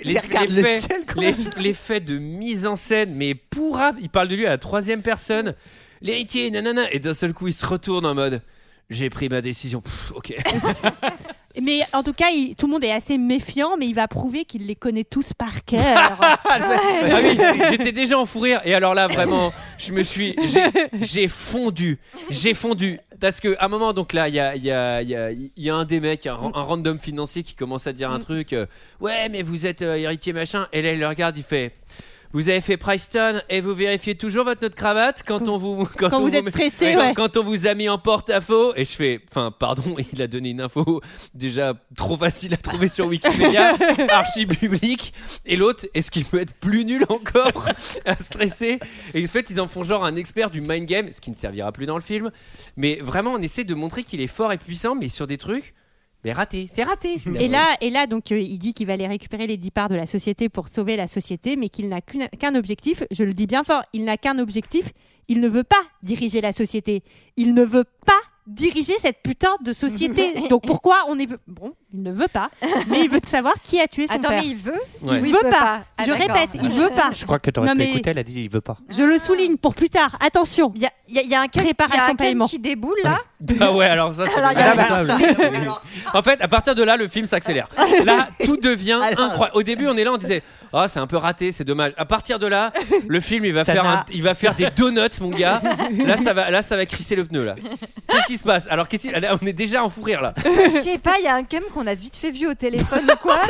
les faits de mise en scène, mais pourrave. Il parle de lui à la troisième personne. L'héritier, nanana, et d'un seul coup, il se retourne en mode. J'ai pris ma décision. Ok. Mais en tout cas, tout le monde est assez méfiant, mais il va prouver qu'il les connaît tous par cœur. Ah oui, j'étais déjà en fou rire. Et alors là, vraiment, j'ai fondu. Parce qu'à un moment, donc là, il y a un des mecs, un random financier qui commence à dire un truc. Ouais, mais vous êtes héritier machin. Et là, il le regarde, il fait. Vous avez fait Preston et vous vérifiez toujours votre note cravate quand vous êtes stressé, quand on vous a mis en porte-à-faux. Et je fais, pardon, il a donné une info déjà trop facile à trouver sur Wikipédia, archi public. Et l'autre, est-ce qu'il peut être plus nul encore à stresser? Et en fait, ils en font genre un expert du mind game, ce qui ne servira plus dans le film. Mais vraiment, on essaie de montrer qu'il est fort et puissant, mais sur des trucs. Mais c'est raté. Et là, donc, il dit qu'il va aller récupérer les 10 parts de la société pour sauver la société, mais qu'il n'a qu'un objectif. Je le dis bien fort, il n'a qu'un objectif. Il ne veut pas diriger la société. Il ne veut pas diriger cette putain de société. Donc pourquoi on est... Bon, il ne veut pas, mais il veut savoir qui a tué son père. Attends, mais il veut Ouais. Il veut pas. Je répète, il veut pas. Je crois que t'aurais Non, pu mais- écouter, elle a dit il veut pas. Je le souligne pour plus tard. Attention. Il y a un Ken Préparation paiement. qui déboule là. Ah ouais, alors ça, c'est Alors, En fait, à partir de là, le film s'accélère. Là, tout devient incroyable. Au début, on est là, on disait, oh, c'est un peu raté, c'est dommage. À partir de là, le film, il va faire des donuts, mon gars. Là, ça va crisser le pneu là. Qu'est-ce qui se passe? Alors, là, on est déjà en fou rire là. Je sais pas, il y a un Ken qu'on a vite fait vu au téléphone ou quoi.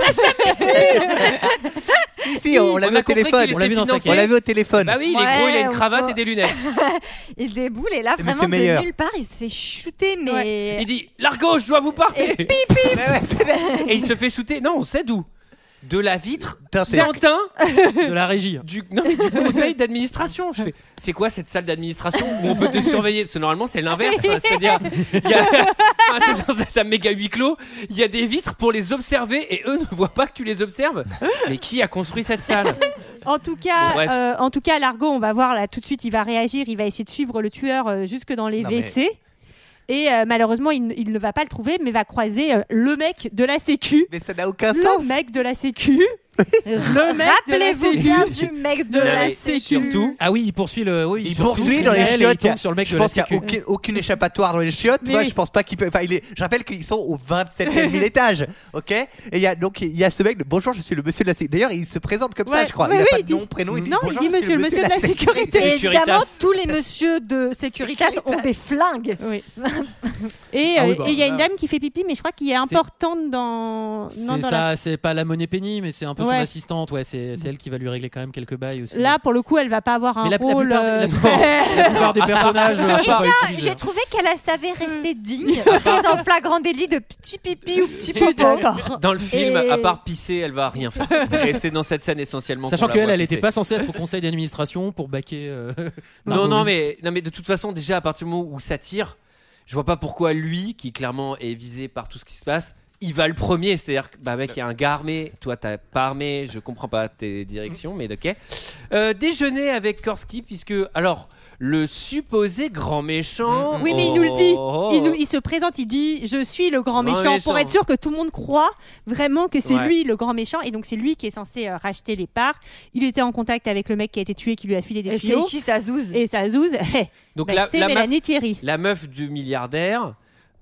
Si, on l'a On vu a au compris téléphone. qu'il On l'a était vu dans sa financier. On l'a vu au téléphone. Bah oui, il est Ouais, gros, il a une on cravate voit. et des lunettes. Il déboule et là, C'est vraiment, Monsieur de Meyer. nulle part, il se fait shooter, mais. Il dit, Largo, je dois vous parler. Et pipi. Et il se fait shooter. Non, on sait d'où. De la vitre Teinté. sans teint De la régie. du conseil d'administration. Je fais, c'est quoi cette salle d'administration où on peut te surveiller? Parce que normalement, c'est l'inverse. Enfin, c'est-à-dire, c'est censé être un méga huis clos. Il y a des vitres pour les observer et eux ne voient pas que tu les observes. Mais qui a construit cette salle? En tout cas, Bref. Largo, on va voir là tout de suite, il va réagir, il va essayer de suivre le tueur jusque dans les Non, mais- WC. Et malheureusement, il ne va pas le trouver, mais va croiser le mec de la Sécu. Mais ça n'a aucun sens. Le mec de la Sécu. Le mec de la Rappelez-vous Sécu. bien du mec de Non, la mais sécu. surtout, Ah oui, il poursuit le. Oui, Il surtout poursuit dans les criminel et chiottes. Il tombe sur le mec Je de la pense qu'il sécu. n'y a aucune échappatoire dans les chiottes. Mais Moi, oui. je pense pas qu'il peut. Enfin, je rappelle qu'ils sont au 27e étage. Ok. Et il y a ce mec. Bonjour, je suis le monsieur de la sécurité. D'ailleurs, il se présente comme ça, Ouais, je crois. ouais, il a oui, pas il de nom, dit- prénom. Il dit Non, il bonjour, dit je suis monsieur le monsieur de la sécurité. Et évidemment, Securitas. tous les messieurs de Securitas ont des flingues. Oui. Et Ah oui, bah, il y a une là- dame qui fait pipi, mais je crois qu'il est importante dans. non, C'est dans ça, c'est pas la monnaie penny, mais c'est un peu son Ouais. assistante. Ouais, c'est elle qui va lui régler quand même quelques bails aussi. Là, pour le coup, elle va pas avoir un Mais la rôle. plupart des personnages. Eh sont pas bien, utilisés. j'ai trouvé qu'elle savait rester digne, prise en flagrant délit de petit pipi ou petit Je suis popo. d'accord. dans le film, Et- à part pisser, elle va rien faire. Et c'est dans cette scène essentiellement. Sachant qu'on la qu'elle, voit elle pisser. était pas censée être au conseil d'administration pour baquer. Non, Margot. mais de toute façon, déjà à partir du moment où ça tire, je vois pas pourquoi lui, qui clairement est visé par tout ce qui se passe, il va le premier. C'est-à-dire que, bah mec, il y a un gars armé, toi t'as pas armé, je comprends pas tes directions, mais ok. Déjeuner avec Korski, puisque, alors, le supposé grand méchant. Oui, mais il nous le dit. Oh. Il se présente, il dit je suis le grand Grand méchant, méchant. pour être sûr que tout le monde croit vraiment que c'est Ouais. lui le grand méchant, et donc c'est lui qui est censé racheter les parts. Il était en contact avec le mec qui a été tué, qui lui a filé des Et c'est tuyaux. qui ça zouze? Et ça zouze. Donc Ben, la c'est meuf- Mélanie Thierry. La meuf du milliardaire,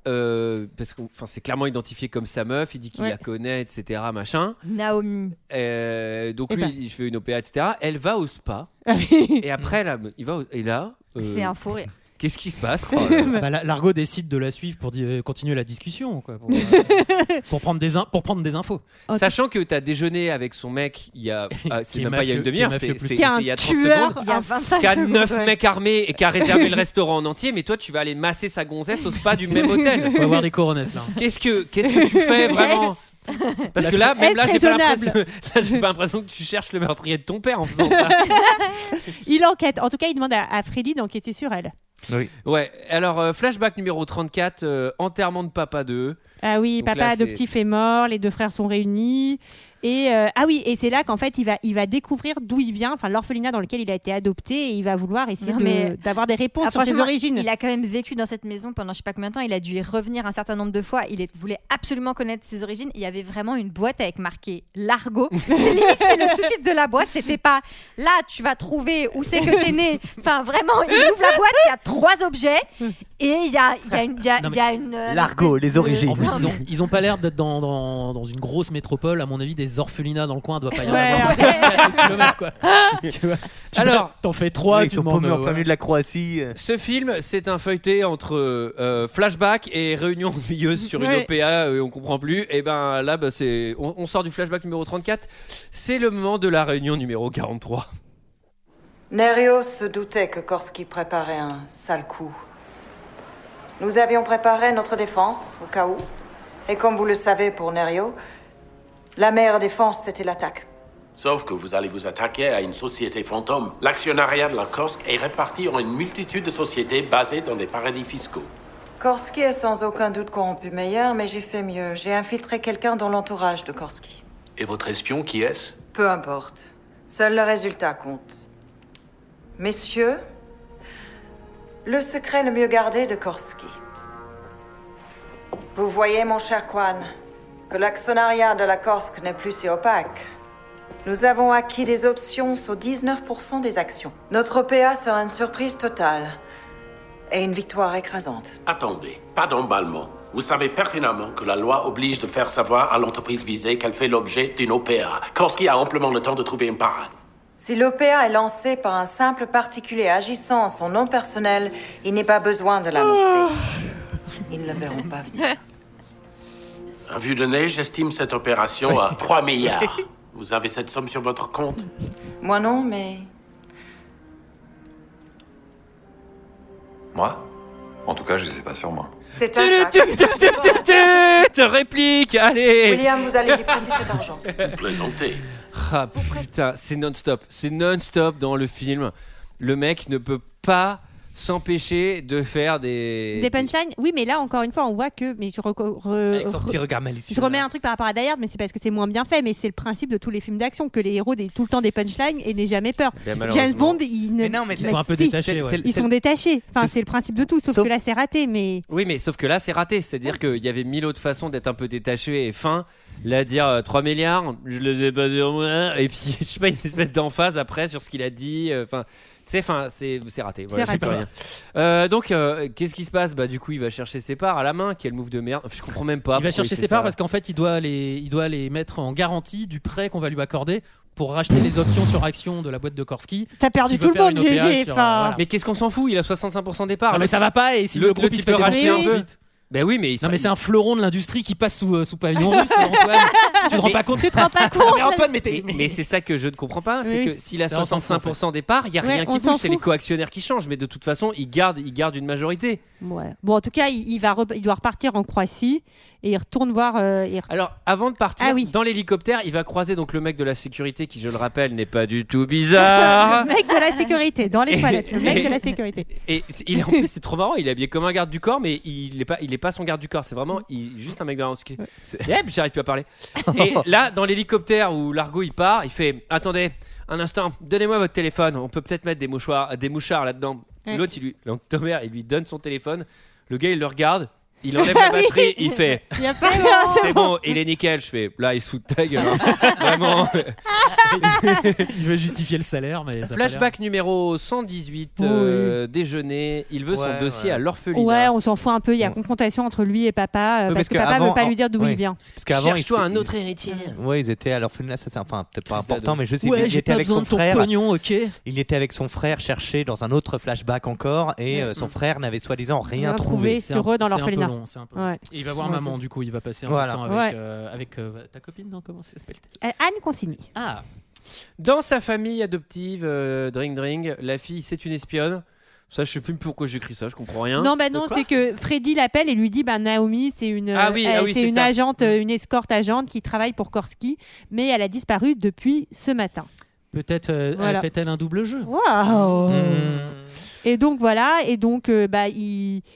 parce que c'est clairement identifié comme sa meuf, il dit qu'il Ouais. la connaît, etc. Machin. Naomi. Donc Eh lui, ben. il fait une opéra, etc. Elle va au spa. Et après, là, et là, C'est un fou rire. qu'est-ce qui se passe? Bah, Largo décide de la suivre pour continuer la discussion, quoi, pour prendre des infos. Sachant que t'as déjeuné avec son mec, il y a, c'est Qui est même pas il y a une mafieux- demi-heure, qui est c'est mafieux plus. Qui est un il y a 30 tueur. secondes. Il y a 25 Qui a secondes. 9 ouais. mecs armés et qui a réservé le restaurant en entier, mais toi tu vas aller masser sa gonzesse au spa du même hôtel. Faut avoir des coronesses là. Qu'est-ce que tu fais vraiment? Yes. Parce que là, même Est-ce là, j'ai pas raisonnable l'impression, là, j'ai pas l'impression que tu cherches le meurtrier de ton père en faisant ça. Il enquête. En tout cas, il demande à Freddy d'enquêter sur elle. Ouais, alors flashback numéro 34, enterrement de papa 2. Ah oui, Donc papa là, c'est- adoptif est mort, les deux frères sont réunis. Et et c'est là qu'en fait il va découvrir d'où il vient, enfin l'orphelinat dans lequel il a été adopté, et il va vouloir essayer d'avoir des réponses sur ses origines. Il a quand même vécu dans cette maison pendant je sais pas combien de temps, il a dû y revenir un certain nombre de fois, voulait absolument connaître ses origines. Il y avait vraiment une boîte avec marqué Largo. C'est le sous-titre de la boîte, c'était pas là tu vas trouver où c'est que t'es né. Enfin vraiment, il ouvre la boîte, il y a 3 objets et il y a une Largo, les origines. En plus, ils ont pas l'air d'être dans une grosse métropole. À mon avis, des orphelinats dans le coin doit pas y en avoir. Kilomètres, quoi. Alors, t'en fais 3, ils sont paumés en plein milieu de la Croatie. Ce film, c'est un feuilleté entre flashback et réunion ennuyeuse sur une OPA, on comprend plus. Et ben là, on sort du flashback numéro 34. C'est le moment de la réunion numéro 43. Nerio se doutait que Korski préparait un sale coup. Nous avions préparé notre défense, au cas où. Et comme vous le savez pour Nerio, la meilleure défense, c'était l'attaque. Sauf que vous allez vous attaquer à une société fantôme. L'actionnariat de la Korsk est réparti en une multitude de sociétés basées dans des paradis fiscaux. Korski est sans aucun doute corrompu meilleur, mais j'ai fait mieux. J'ai infiltré quelqu'un dans l'entourage de Korski. Et votre espion, qui est-ce? Peu importe. Seul le résultat compte. Messieurs, le secret le mieux gardé de Korski. Vous voyez, mon cher Kwan, que l'actionnariat de la Korsk n'est plus si opaque. Nous avons acquis des options sur 19% des actions. Notre OPA sera une surprise totale et une victoire écrasante. Attendez, pas d'emballement. Vous savez pertinemment que la loi oblige de faire savoir à l'entreprise visée qu'elle fait l'objet d'une OPA. Korski a amplement le temps de trouver une parade. Si l'OPA est lancée par un simple particulier agissant en son nom personnel, il n'est pas besoin de l'annoncer. Ils ne le verront pas venir. À vue de nez, j'estime cette opération à 3 milliards. Vous avez cette somme sur votre compte? Moi non, mais... Moi? En tout cas, je les ai pas sur moi. C'est un sac. Réplique, allez. William, vous allez lui prêter cet argent. Vous plaisantez. Ah putain, c'est non-stop. C'est non-stop dans le film. Le mec ne peut pas s'empêcher de faire des punchlines. Oui, mais là encore une fois on voit que avec son petit regard malicieux. Je remets un truc par rapport à Die Hard, mais c'est parce que c'est moins bien fait, mais c'est le principe de tous les films d'action que les héros aient tout le temps des punchlines et n'aient jamais peur. James Bond, ils sont un peu détachés. Ils sont détachés. Enfin, c'est le principe de tout, sauf que là c'est raté. Mais oui, mais sauf que là c'est raté. C'est-à-dire qu'il y avait 1000 autres façons d'être un peu détaché et fin. Là, dire 3 milliards, je les ai pas sur moi. Et puis, je sais pas, une espèce d'emphase après sur ce qu'il a dit. Enfin. C'est raté. Voilà, c'est raté. Donc, qu'est-ce qui se passe? Bah, du coup, il va chercher ses parts à la main. Quel move de merde. Je comprends même pas. Il va chercher ses parts parce qu'en fait, il doit les mettre en garantie du prêt qu'on va lui accorder pour racheter les options sur action de la boîte de Korski. T'as perdu tout le monde, GG. Voilà. Mais qu'est-ce qu'on s'en fout? Il a 65% des parts. Non, mais ça va pas. Et si le groupe il se fait racheter un peu. Ben oui, mais non, mais c'est un fleuron de l'industrie qui passe sous pavillon russe, Antoine. Tu te rends pas compte? Tu te rends pas compte? Mais Antoine, mais c'est ça que je ne comprends pas, c'est que s'il a 65% des parts, il y a rien qui bouge, c'est les co-actionnaires qui changent, mais de toute façon, il garde une majorité. Ouais. Bon, en tout cas, il doit repartir en Croatie et il retourne voir. Alors, avant de partir, dans l'hélicoptère, il va croiser donc le mec de la sécurité qui, je le rappelle, n'est pas du tout bizarre. Le mec de la sécurité dans les toilettes, le mec de la sécurité. Et en plus, c'est trop marrant, il est habillé comme un garde du corps, mais il est pas son garde du corps, c'est vraiment juste un mec de la sécurité. J'arrive plus à parler. Et là, dans l'hélicoptère où Largo il part, il fait attendez un instant, donnez-moi votre téléphone, on peut peut-être mettre des mouchards là-dedans. L'autre, Thomas, il lui donne son téléphone. Le gars, il le regarde. Il enlève la batterie, il fait c'est bon, il est nickel. Je fais là, il se fout de ta gueule. Vraiment. Il veut justifier le salaire, mais ça flashback numéro 118, déjeuner. Il veut son dossier à l'orphelinat. Ouais, on s'en fout un peu. Il y a confrontation entre lui et papa parce que papa veut pas lui dire d'où il vient. Parce qu'avant, cherche-toi un autre héritier. Ouais, ils étaient à l'orphelinat. Ça, c'est peut-être pas important, mais je sais qu'il était avec son frère. Pognon, ok. Il était avec son frère cherché dans un autre flashback encore, et son frère n'avait soi-disant rien trouvé sur eux dans l'orphelinat. C'est un peu long. Et il va voir maman, du coup, il va passer un peu de temps avec ta copine, non? Comment ça s'appelle? Anne Consigny. Ah. Dans sa famille adoptive, Dring, la fille, c'est une espionne. Ça, je sais plus pourquoi j'écris ça, je comprends rien. Non, c'est que Freddy l'appelle et lui dit Naomi, c'est une, c'est une agente, une escorte agente qui travaille pour Korski, mais elle a disparu depuis ce matin. Peut-être fait-elle un double jeu. Waouh. Et donc voilà,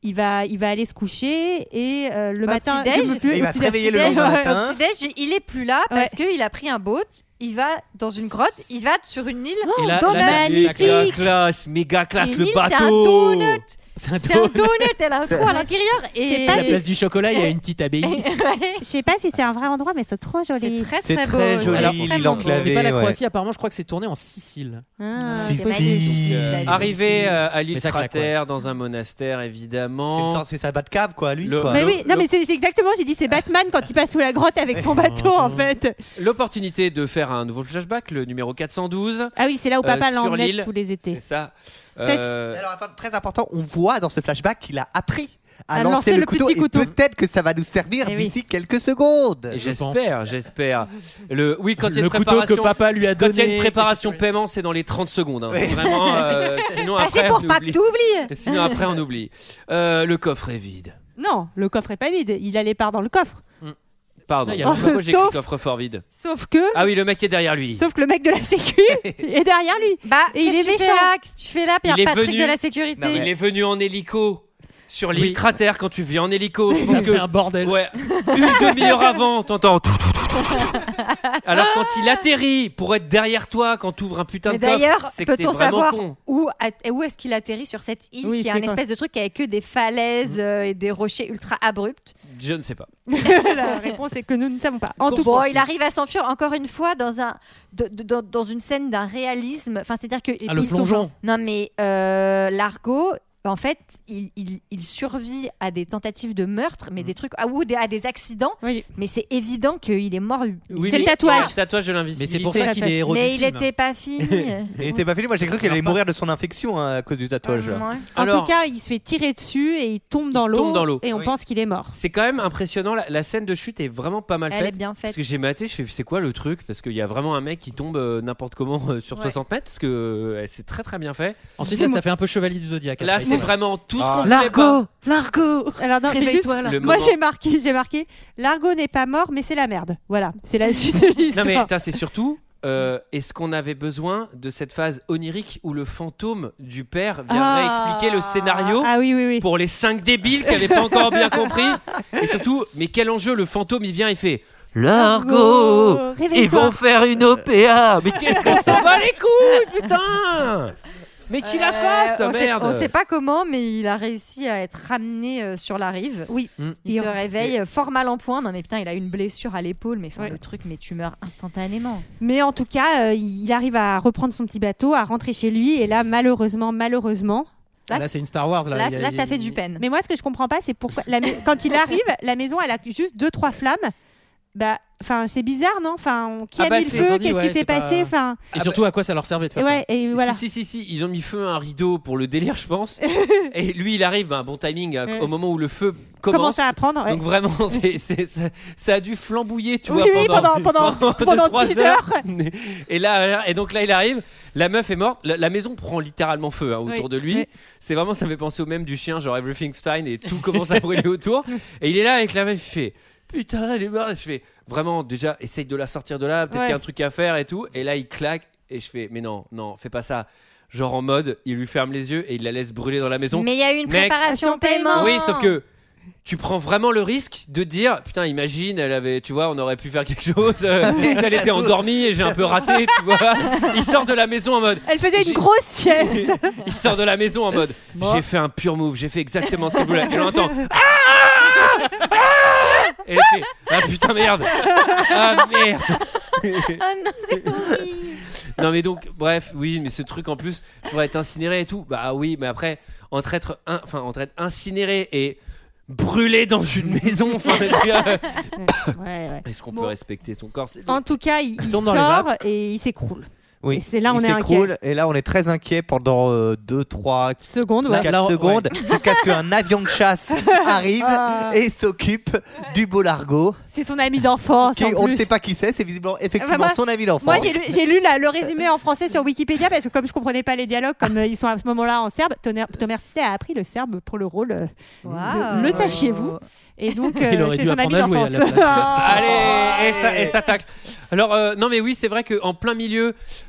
il va aller se coucher et le Au matin, petit-déj. je me plus- Il va au se petit- réveiller le petit-déj, lendemain ouais. matin. Au petit-déj, il est plus là parce qu'il a pris un boat. Il va dans une grotte. Il va sur une île. Et là, dans là, la- ça- Méga classe, Une le île, bateau. c'est un donut. C'est un C'est un donut. Elle a un trou à l'intérieur. Je sais Et pas À la si- place du chocolat, il y a une petite abbaye. Je sais pas si c'est un vrai endroit, mais c'est trop joli. c'est très C'est très beau. très joli, C'est l'île vraiment beau. enclavée. C'est pas la ouais. Croatie, apparemment, je crois que c'est tourné en Sicile. Ah, Si, C'est si. magnifique. Arrivé à l'île Mais ça claque, cratère dans un monastère, évidemment. C'est sa Batcave, quoi, lui. Le- quoi. Mais oui, non, mais c'est exactement, j'ai dit c'est Batman quand il passe sous la grotte avec son bateau en fait. L'opportunité de faire un nouveau flashback, le numéro 412. Ah oui, c'est là où papa sur l'emmenait l'île. tous les étés. C'est ça. Sache- Alors attends, très important, on voit dans ce flashback qu'il a appris à À lancer lancer le le couteau petit et couteau. peut-être que ça va nous servir Eh oui. d'ici quelques secondes. Et je j'espère. Oui, quand il y a Le une couteau préparation, que papa lui a quand il y a une donné. préparation paiement, c'est dans les 30 secondes. Hein. Vraiment. Sinon Ah, c'est après, pour on pas oublie. que tu oublies. Sinon après, on oublie. Le coffre est vide. Non, le coffre est pas vide, il a les parts dans le coffre. Pardon. Ah, il y a Pourquoi longtemps. j'ai écrit Sauf- coffre-fort vide? Sauf que, Ah oui, le mec est derrière lui. sauf que le mec de la sécu est derrière lui. Bah, Et il qu'est-ce est que tu fais méchant. là Qu'est-ce que tu fais là, Il est Pierre Patrick venu- de la sécurité Non, mais- Il est venu en hélico sur l'île Oui. cratère quand tu viens en hélico. Je Ça pense fait que un bordel. ouais, une demi-heure avant, t'entends. Alors quand il atterrit pour être derrière toi quand tu ouvres un putain Mais de coffre, d'ailleurs, c'est que t'es peut-on vraiment savoir con. où est-ce qu'il atterrit sur cette île Oui, qui a c'est un quoi espèce de truc avec que des falaises et des rochers ultra abrupts. Je ne sais pas. La réponse est que nous ne savons pas. En tout Bon, cas, il arrive à s'enfuir encore une fois dans une scène d'un réalisme. Enfin, c'est-à-dire que Ah, le ils sont- plongeon. Non, mais Largo. En fait, il survit à des tentatives de meurtre, mais des trucs ou à des accidents. Oui. Mais c'est évident qu'il est mort. Oui, C'est le mais- tatouage. Le tatouage de Mais l'invisibilité. c'est pour ça qu'il est héros Mais du il film. n'était pas fini. Il était pas fini, moi j'ai cru qu'il allait mourir de son infection hein, à cause du tatouage. Ouais. en Alors- tout cas, il se fait tirer dessus et il tombe dans l'eau. tombe dans l'eau. Et on Oui. pense qu'il est mort. C'est quand même impressionnant. La scène de chute est vraiment pas mal Elle faite. est bien Parce faite. que j'ai maté, je fais c'est quoi le truc? Parce qu'il y a vraiment un mec qui tombe n'importe comment sur Ouais. 60 mètres. Parce que c'est très très bien fait. Ensuite, là, ça fait un peu Chevalier du Zodiac. Là, après. c'est vraiment tout ce qu'on voulait pas. Largo Alors non, mais juste, Réveille-toi, là. Le moi moment- j'ai marqué Largo n'est pas mort, mais c'est la merde. Voilà, c'est la suite de Non l'histoire. mais putain, c'est surtout est-ce qu'on avait besoin de cette phase onirique où le fantôme du père viendrait expliquer le scénario Ah oui, oui, oui. pour les 5 débiles qui n'avaient pas encore bien compris? Et surtout, mais quel enjeu, le fantôme il vient, il fait Largo, ils réveille-toi. vont faire une OPA. Mais qu'est-ce qu'on s'en bat les couilles, putain! Mais qu'il la fasse, merde! On sait pas comment, mais il a réussi à être ramené sur la rive. Oui. Il se réveille fort mal en point. Non mais putain, il a une blessure à l'épaule, mais enfin Ouais. le truc, mais tu meurs instantanément. Mais en tout cas, il arrive à reprendre son petit bateau, à rentrer chez lui. Et là, malheureusement, Là, c'est une Star Wars. Là, Là, ça fait du peine. mais moi, ce que je comprends pas, c'est pourquoi quand il arrive, la maison, elle a juste 2-3 flammes. Bah, enfin, c'est bizarre, non? Enfin, qui Ah a bah, mis le c'est- feu? ils ont dit, Qu'est-ce ouais, qui s'est c'est pas- passé? Enfin, Et surtout, à quoi ça leur servait de faire ouais, et voilà. Si, ils ont mis feu à un rideau pour le délire, je pense. Et lui, il arrive, bon timing, au moment où le feu commence. à apprendre. Ouais. Donc vraiment, ça a dû flambouiller, tu Oui, vois, oui, pendant 2-3 10 heures. Et donc là, il arrive, la meuf est morte, la maison prend littéralement feu autour Oui, de lui. oui. C'est vraiment, ça me fait penser au même du chien, genre Everything's Fine, et tout commence à brûler autour. Et il est là avec la meuf, il fait putain, elle est morte. Et je fais vraiment, déjà, essaye de la sortir de là, peut-être qu'il y a un truc à faire et tout. Et là, il claque, et je fais mais non, fais pas ça. Genre en mode, il lui ferme les yeux et il la laisse brûler dans la maison. Mais il y a eu une Mec, préparation paiement. oui, sauf que tu prends vraiment le risque de dire putain, imagine, elle avait, tu vois, on aurait pu faire quelque chose. Elle était endormie et j'ai un peu raté, tu vois. Il sort de la maison en mode. Elle faisait une grosse sieste. Il sort de la maison en mode. J'ai fait un pur move, j'ai fait exactement ce qu'elle voulait. Et on entend. Et elle fait ah putain merde. Ah merde. Ah non, c'est horrible. Non mais donc bref, oui, mais ce truc en plus, je voudrais être incinéré et tout. Bah oui, mais après entre être incinéré et brûlé dans une maison, enfin Ouais. est-ce qu'on peut respecter son corps? En tout cas, il tombe dans les sort vapes. et il s'écroule. Oui. Et c'est là il on est s'écroule, inquiet. et là on est très inquiet pendant 2, 3, Secondes, ouais. 4 secondes jusqu'à ce qu'un avion de chasse arrive et s'occupe du beau Largo. C'est son ami d'enfance. en On ne plus. sait pas qui c'est visiblement effectivement Moi- son ami d'enfance. Moi, j'ai lu le résumé en français sur Wikipédia parce que comme je comprenais pas les dialogues, comme ils sont à ce moment-là en serbe, Tomer Sisley a appris le serbe pour le rôle. Waouh. Le sachiez-vous? Et donc, Il aurait c'est dû son ami apprendre à jouer à d'enfance. la place. Allez, et ça tacle. Alors non mais oui, c'est vrai qu'en plein milieu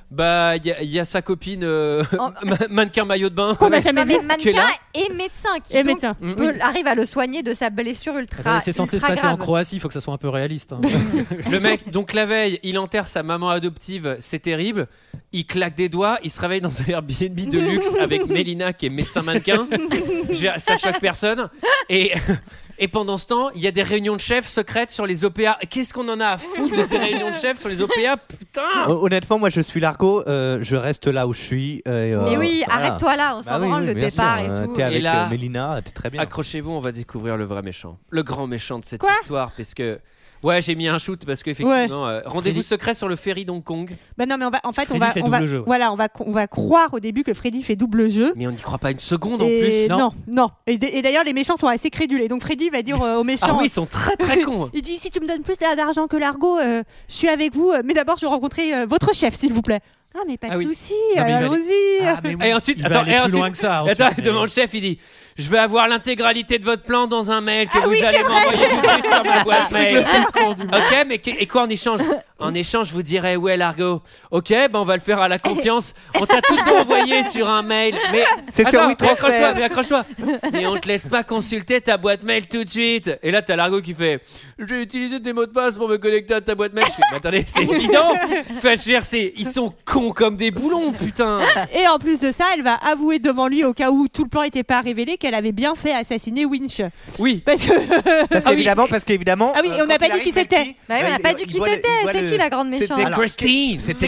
Bah, il y a sa copine mannequin maillot de bain. Qu'on n'a jamais vu. Mannequin et médecin qui Et donc médecin. arrive à le soigner de sa blessure ultra. C'est censé se ultra passer en grave. Croatie, il faut que ça soit un peu réaliste. Hein. Le mec, donc la veille, il enterre sa maman adoptive, c'est terrible. Il claque des doigts, il se réveille dans un Airbnb de luxe avec Mélina qui est médecin mannequin. Ça choque personne. Et pendant ce temps, il y a des réunions de chefs secrètes sur les OPA. Qu'est-ce qu'on en a à foutre de ces réunions de chefs sur les OPA? Putain! Honnêtement, moi je suis Largo, je reste là où je suis. Mais oui, voilà. arrête-toi là, on s'en branle le bien départ sûr, et tout. T'es avec Et là, Mélina, t'es très bien. Accrochez-vous, on va découvrir le vrai méchant. Le grand méchant de cette histoire. Parce que. Ouais, j'ai mis un shoot parce qu'effectivement, rendez-vous secret sur le ferry d'Hong Kong. Bah non, mais Freddy fait double jeu, ouais. Voilà, on va croire au début que Freddy fait double jeu. Mais on n'y croit pas une seconde en Et plus. non. Et d'ailleurs, les méchants sont assez crédules. Et donc Freddy va dire aux méchants. Ah oui, ils sont très très cons. Il dit si tu me donnes plus d'argent que Largo, je suis avec vous. Mais d'abord, je veux rencontrer votre chef, s'il vous plaît. Ah mais pas de souci, allons-y. Et ensuite, il va aller plus loin que ça. Ensuite, devant le chef, il dit je vais avoir l'intégralité de votre plan dans un mail que vous allez c'est m'envoyer tout de suite sur ma boîte mail. Ok, mais et quoi en échange? En échange, je vous dirai où est Largo. Ok, on va le faire à la confiance. On t'a tout envoyé sur un mail. Mais c'est sur WeTransfer. Mais accroche-toi. Mais on te laisse pas consulter ta boîte mail tout de suite. Et là, t'as Largo qui fait j'ai utilisé tes mots de passe pour me connecter à ta boîte mail. Je fais mais attendez, c'est évident. Enfin, je veux dire, ils sont cons comme des boulons, putain. Et en plus de ça, elle va avouer devant lui, au cas où tout le plan n'était pas révélé, qu'elle avait bien fait assassiner Winch. Oui. Parce qu'évidemment. Ah oui, on n'a pas dit qui c'était. Bah oui, on n'a pas dit qui c'était. C'est qui la grande méchante? C'était Christine. C'était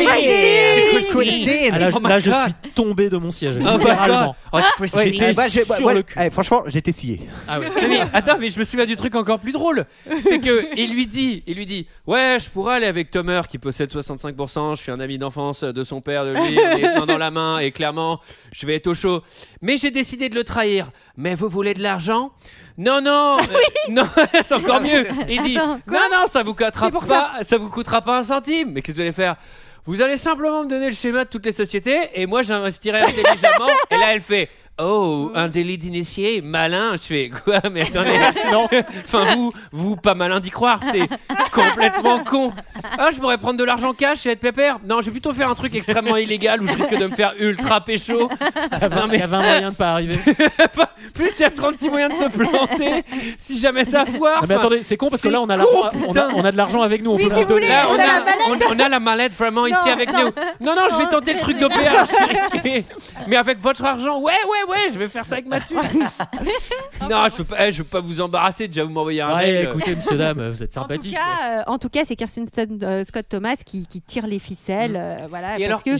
Ah, là, je suis tombé de mon siège. Littéralement. J'étais sur le cul. Franchement, j'étais scié. Ah ouais. Mais attends, mais je me souviens du truc encore plus drôle. C'est que il lui dit ouais, je pourrais aller avec Tomer qui possède 65%. Je suis un ami d'enfance de son père, de lui, on est main dans la main et clairement, je vais être au chaud. Mais j'ai décidé de le trahir. Mais vous voulez de l'argent? Non, non, non, c'est encore mieux. Il dit non, ça vous coûtera pas un centime. Mais qu'est-ce que vous allez faire? Vous allez simplement me donner le schéma de toutes les sociétés et moi j'investirai intelligemment. Et là elle fait oh, un délit d'initié, malin. Je fais quoi? Mais attendez, non. Enfin vous pas malin d'y croire, c'est complètement con. Ah, je pourrais prendre de l'argent cash et être pépère. Non, je vais plutôt faire un truc extrêmement illégal où je risque de me faire ultra pécho. Il y a 20 moyens de pas arriver. Plus il y a 36 moyens de se planter si jamais ça foire. Non, mais attendez, c'est con parce que là on a l'argent, on a de l'argent avec nous, on peut leur donner. Là, on a la mallette vraiment ici avec nous. Non, je vais tenter le truc d'OPA, je suis risqué. Mais avec votre argent, ouais, je vais faire ça avec ma thune. Non, je veux pas vous embarrasser, déjà vous m'envoyez un mail. Écoutez, monsieur, dame, vous êtes sympathique. En tout cas, c'est Kirsten Scott Thomas qui tire les ficelles, voilà. Et parce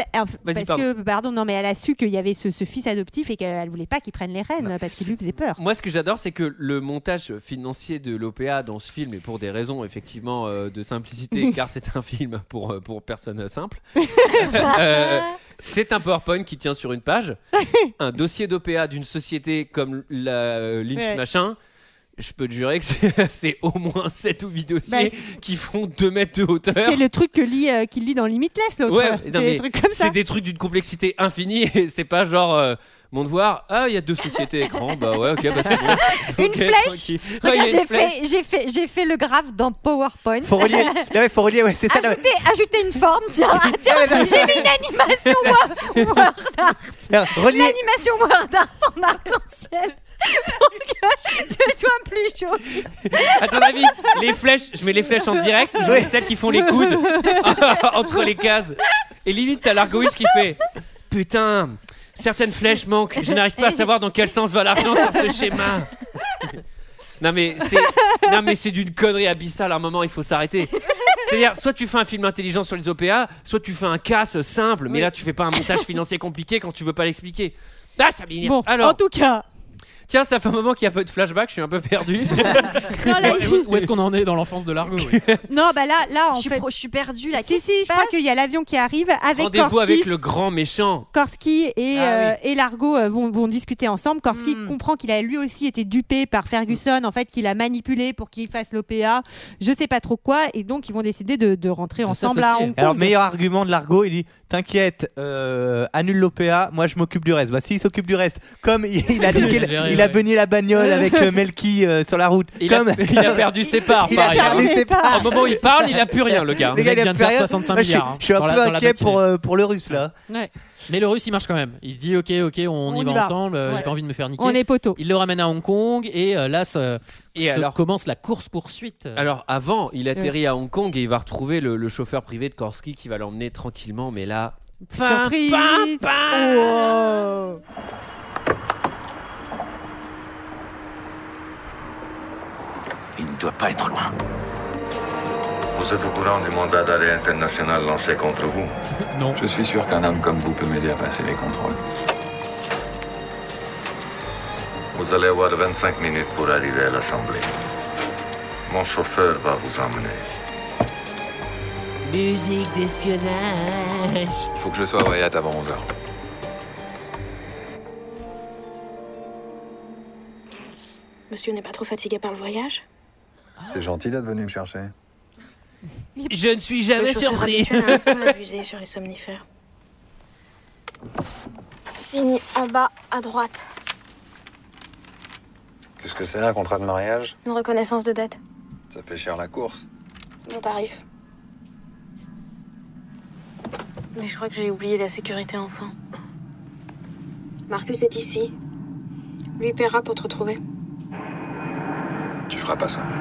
que elle a su qu'il y avait ce fils adoptif et qu'elle voulait pas qu'il prenne les rênes parce qu'il lui faisait peur. Moi, ce que j'adore, c'est que le montage financier de l'OPA dans ce film, et pour des raisons effectivement de simplicité, car c'est un film pour personnes simples, c'est un PowerPoint qui tient sur une page, un dossier d'OPA d'une société comme la Lynch machin. Je peux te jurer que c'est au moins 7 ou 8 dossiers qui font 2 mètres de hauteur. C'est le truc qu'il lit dans Limitless, l'autre. Ouais, c'est des trucs comme ça. C'est des trucs d'une complexité infinie et c'est pas genre mon devoir. Ah, il y a 2 sociétés écran. Bah ouais, ok, bah c'est bon. Une flèche. Regarde, j'ai fait le graphe dans PowerPoint. Faut relier, ouais, c'est ça. Ajouter une forme. Tiens, j'ai mis une animation Word Art. L'animation Word Art en arc-en-ciel. Pour que ce soit plus chaud. À ton avis, les flèches, je mets les flèches en direct ou je mets celles qui font les coudes entre les cases. Et limite, t'as Largoïch qui fait putain, certaines flèches manquent. Je n'arrive pas à savoir dans quel sens va l'argent sur ce schéma. Non mais c'est d'une connerie abyssale. À un moment, il faut s'arrêter. C'est-à-dire, soit tu fais un film intelligent sur les OPA, soit tu fais un casse simple. Mais là, tu fais pas un montage financier compliqué quand tu veux pas l'expliquer. Ah, ça m'énerve. Bon, alors, en tout cas. Tiens, ça fait un moment qu'il y a pas de flashback, je suis un peu perdu. Où est-ce qu'on en est dans l'enfance de Largo? Non, bah là, en fait, je suis perdue là. Si, je crois qu'il y a l'avion qui arrive avec Rendez-vous Korski. avec le grand méchant. Korski et Largo vont discuter ensemble. Korski comprend qu'il a lui aussi été dupé par Ferguson, en fait, qu'il a manipulé pour qu'il fasse l'OPA. Je sais pas trop quoi, et donc ils vont décider de rentrer ensemble à Hong Kong. Alors, meilleur argument de Largo, il dit t'inquiète, annule l'OPA, moi je m'occupe du reste. Bah, s'il s'occupe du reste, comme il a il a beugné la bagnole avec Melky sur la route. Il a perdu ses parts. Il a perdu ses parts. Au moment où il parle, il a plus rien, le gars. Le gars, il vient de perdre 65 milliards. Je suis un peu inquiet pour le russe là. Ouais. Mais le russe il marche quand même. Il se dit ok, on y va ensemble. J'ai pas envie de me faire niquer. On est poteau. Il le ramène à Hong Kong et là commence la course poursuite. Alors avant, il atterrit à Hong Kong et il va retrouver le chauffeur privé de Korski qui va l'emmener tranquillement. Mais là, surprise. Wow. Il ne doit pas être loin. Vous êtes au courant du mandat d'arrêt international lancé contre vous? Non. Je suis sûr qu'un homme comme vous peut m'aider à passer les contrôles. Vous allez avoir 25 minutes pour arriver à l'Assemblée. Mon chauffeur va vous emmener. Musique d'espionnage. Il faut que je sois à Wyatt avant 11h. Monsieur n'est pas trop fatigué par le voyage? C'est gentil d'être venu me chercher. Je ne suis jamais surpris. Le chauffeur habituel a un peu abusé sur les somnifères. Signe en bas à droite. Qu'est-ce que c'est, un contrat de mariage? Une reconnaissance de dette. Ça fait cher la course. C'est mon tarif. Mais je crois que j'ai oublié la sécurité enfin. Marcus est ici. Lui paiera pour te retrouver. Tu feras pas ça.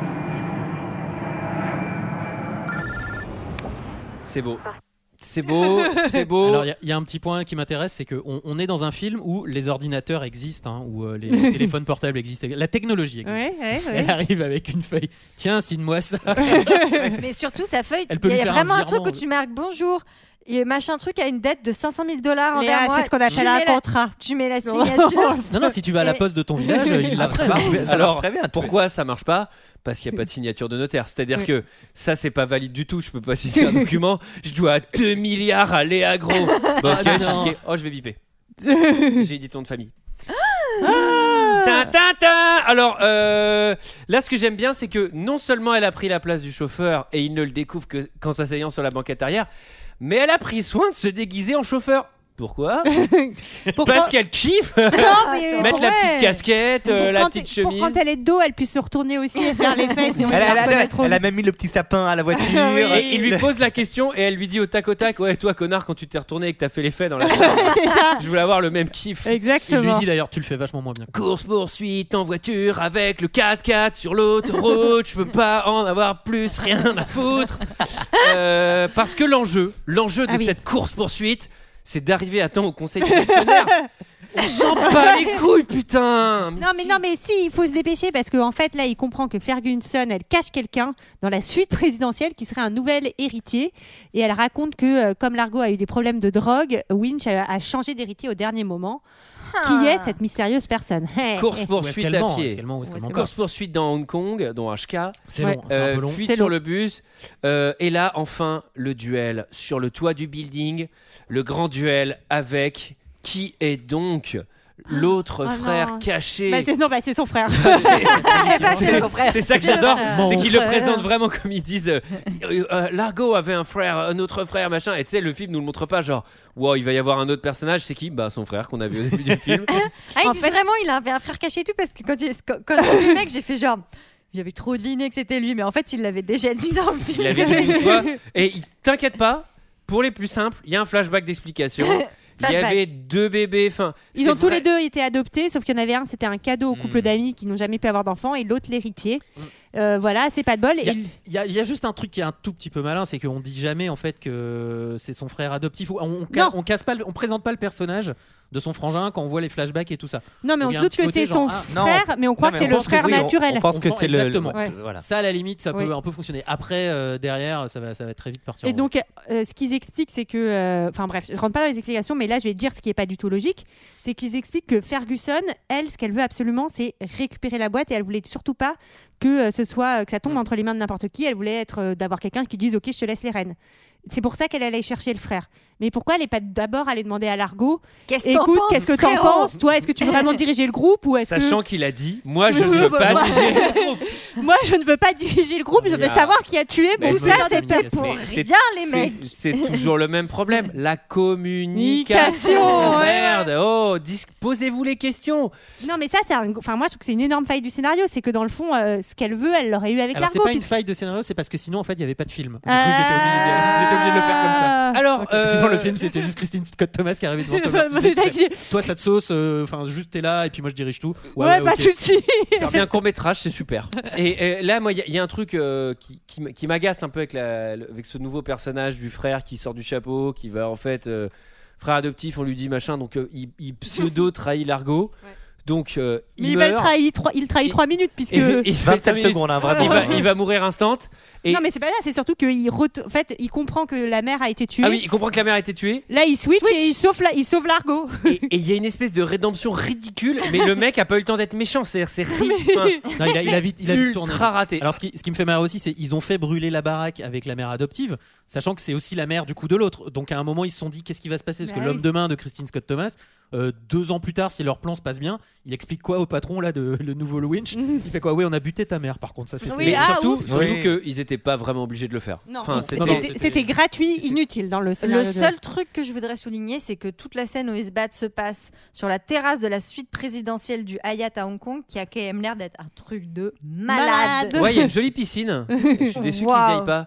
C'est beau. C'est beau, c'est beau. Alors il y a un petit point qui m'intéresse, c'est qu'on est dans un film où les ordinateurs existent, où les téléphones portables existent, la technologie existe. Ouais. Elle arrive avec une feuille. Tiens, signe-moi ça. Mais surtout sa feuille, Elle peut il y lui a faire vraiment un un truc où virement. tu marques bonjour. Et machin truc a une dette de 500 000 $ envers Léa, moi. c'est ce qu'on appelle un contrat. Tu mets la signature. Non, si tu vas à la poste de ton village, il la prenne. Alors, pourquoi ça marche pas? Parce qu'il n'y a pas de signature de notaire. C'est-à-dire que ça, c'est pas valide du tout. Je peux pas signer un document. Je dois 2 milliards à Léa Gros. Bon, ok, je suis ok. Oh, je vais biper. J'ai dit ton de famille. Alors là, ce que j'aime bien, c'est que non seulement elle a pris la place du chauffeur et il ne le découvre que qu'en s'asseyant sur la banquette arrière, mais elle a pris soin de se déguiser en chauffeur. Pourquoi? Parce qu'elle kiffe mettre la petite casquette, la petite chemise. Pour quand elle est de dos, elle puisse se retourner aussi et faire les fesses. Et Elle a même mis le petit sapin à la voiture. Et il lui pose la question et elle lui dit au tac au tac: ouais, toi connard, quand tu t'es retourné et que t'as fait les faits dans la chambre, c'est ça. Je voulais avoir le même kiff. Exactement. Il lui dit d'ailleurs: tu le fais vachement moins bien. Course poursuite en voiture avec le 4x4 sur l'autoroute, je peux pas en avoir plus, rien à foutre. Parce que l'enjeu de cette course poursuite, c'est d'arriver à temps au conseil des actionnaires. On s'en bat les couilles, putain. Non mais si, il faut se dépêcher parce qu'en fait là il comprend que Ferguson elle cache quelqu'un dans la suite présidentielle qui serait un nouvel héritier et elle raconte que comme Largo a eu des problèmes de drogue, Winch a changé d'héritier au dernier moment. Qui est cette mystérieuse personne? Course poursuite à pied. Course poursuite dans Hong Kong, dont HK. C'est long, c'est un peu long. Fuite sur le bus. Et là, enfin, le duel sur le toit du building. Le grand duel avec qui est donc l'autre frère caché. C'est son frère. C'est ça que j'adore, c'est qu'ils le présentent vraiment comme ils disent Largo avait un autre frère, machin. Et tu sais, le film nous le montre pas, genre, wow, il va y avoir un autre personnage, c'est qui? Bah, son frère qu'on a vu au début du film. Il dit vraiment, il avait un frère caché et tout, parce que quand j'ai vu le mec, j'ai fait genre. J'avais trop deviné que c'était lui, mais en fait, il l'avait déjà dit dans le film. Il l'avait dit une fois. Et t'inquiète pas, pour les plus simples, il y a un flashback d'explication. Il y avait 2 bébés. Ils ont tous les deux été adoptés, sauf qu'il y en avait un, c'était un cadeau au couple d'amis qui n'ont jamais pu avoir d'enfants, et l'autre l'héritier. Voilà, c'est pas de bol. Il y a juste un truc qui est un tout petit peu malin, c'est qu'on dit jamais en fait que c'est son frère adoptif. On présente pas le personnage de son frangin quand on voit les flashbacks et tout ça. Non, mais on se doute que c'est son frère, mais on croit que c'est le frère naturel. On pense que c'est exactement. Voilà. Ça, à la limite, ça peut un peu fonctionner. Après, derrière, ça va très vite partir. Et donc, ce qu'ils expliquent, c'est que, enfin bref, je rentre pas dans les explications, mais là, je vais dire ce qui est pas du tout logique, c'est qu'ils expliquent que Ferguson, elle, ce qu'elle veut absolument, c'est récupérer la boîte, et elle voulait surtout pas que ça tombe entre les mains de n'importe qui. Elle voulait d'avoir quelqu'un qui dise ok, je te laisse les rênes. C'est pour ça qu'elle allait chercher le frère. Mais pourquoi elle n'est pas d'abord allée demander à Largo: écoute, qu'est-ce que t'en penses? Toi, est-ce que tu veux vraiment diriger le groupe ou Sachant qu'il a dit: moi, je ne veux pas diriger le groupe. Moi, je ne veux pas diriger le groupe. Je veux savoir qui a tué. Tout ça, c'était pour rien, les mecs. C'est toujours le même problème. La communication. Ouais. Merde. Oh, posez-vous les questions. Non, mais ça, enfin, moi, je trouve que c'est une énorme faille du scénario. C'est que dans le fond, ce qu'elle veut, elle l'aurait eu avec Alors, Largo. c'est pas une faille de scénario, c'est parce que sinon, en fait, il n'y avait pas de film. Du coup, ils étaient obligés de le faire comme ça. Alors, parce que sinon, le film, c'était juste Kristen Scott Thomas qui arrivait devant Thomas. Toi, ça te sauce, enfin, juste t'es là, et puis moi, je dirige tout. Ouais, pas de soucis. C'est un court-métrage, c'est super. Et là, moi, il y a un truc qui m'agace un peu avec ce nouveau personnage du frère qui sort du chapeau, qui va en fait frère adoptif, on lui dit machin, donc il pseudo trahit Largo. Ouais. Donc il meurt. Il trahit 3 minutes puisque 27 secondes, hein, vraiment. Il va mourir instant. Et non mais c'est pas ça, c'est surtout qu'il en fait, il comprend que la mère a été tuée. Ah oui, il comprend que la mère a été tuée. Là, il switch. Et il sauve Largo. Et il y a une espèce de rédemption ridicule, mais le mec a pas eu le temps d'être méchant. C'est non, il a vite tourné. Ultra raté. Alors ce qui me fait marrer aussi, c'est qu'ils ont fait brûler la baraque avec la mère adoptive, sachant que c'est aussi la mère du coup de l'autre. Donc à un moment, ils se sont dit qu'est-ce qui va se passer, parce que l'homme de main de Kristen Scott Thomas, 2 ans plus tard, si leur plan se passe bien, il explique quoi au patron là le nouveau Winch. Il fait quoi? Oui, on a buté ta mère. Par contre, ça c'était. Mais surtout qu'ils étaient pas vraiment obligés de le faire. Non. Enfin, c'était gratuit, inutile dans le scénario. Le seul truc que je voudrais souligner, c'est que toute la scène où ils se battent se passe sur la terrasse de la suite présidentielle du Hyatt à Hong Kong, qui a quand même l'air d'être un truc de malade. Ouais, il y a une jolie piscine. Je suis déçu qu'ils y aillent pas.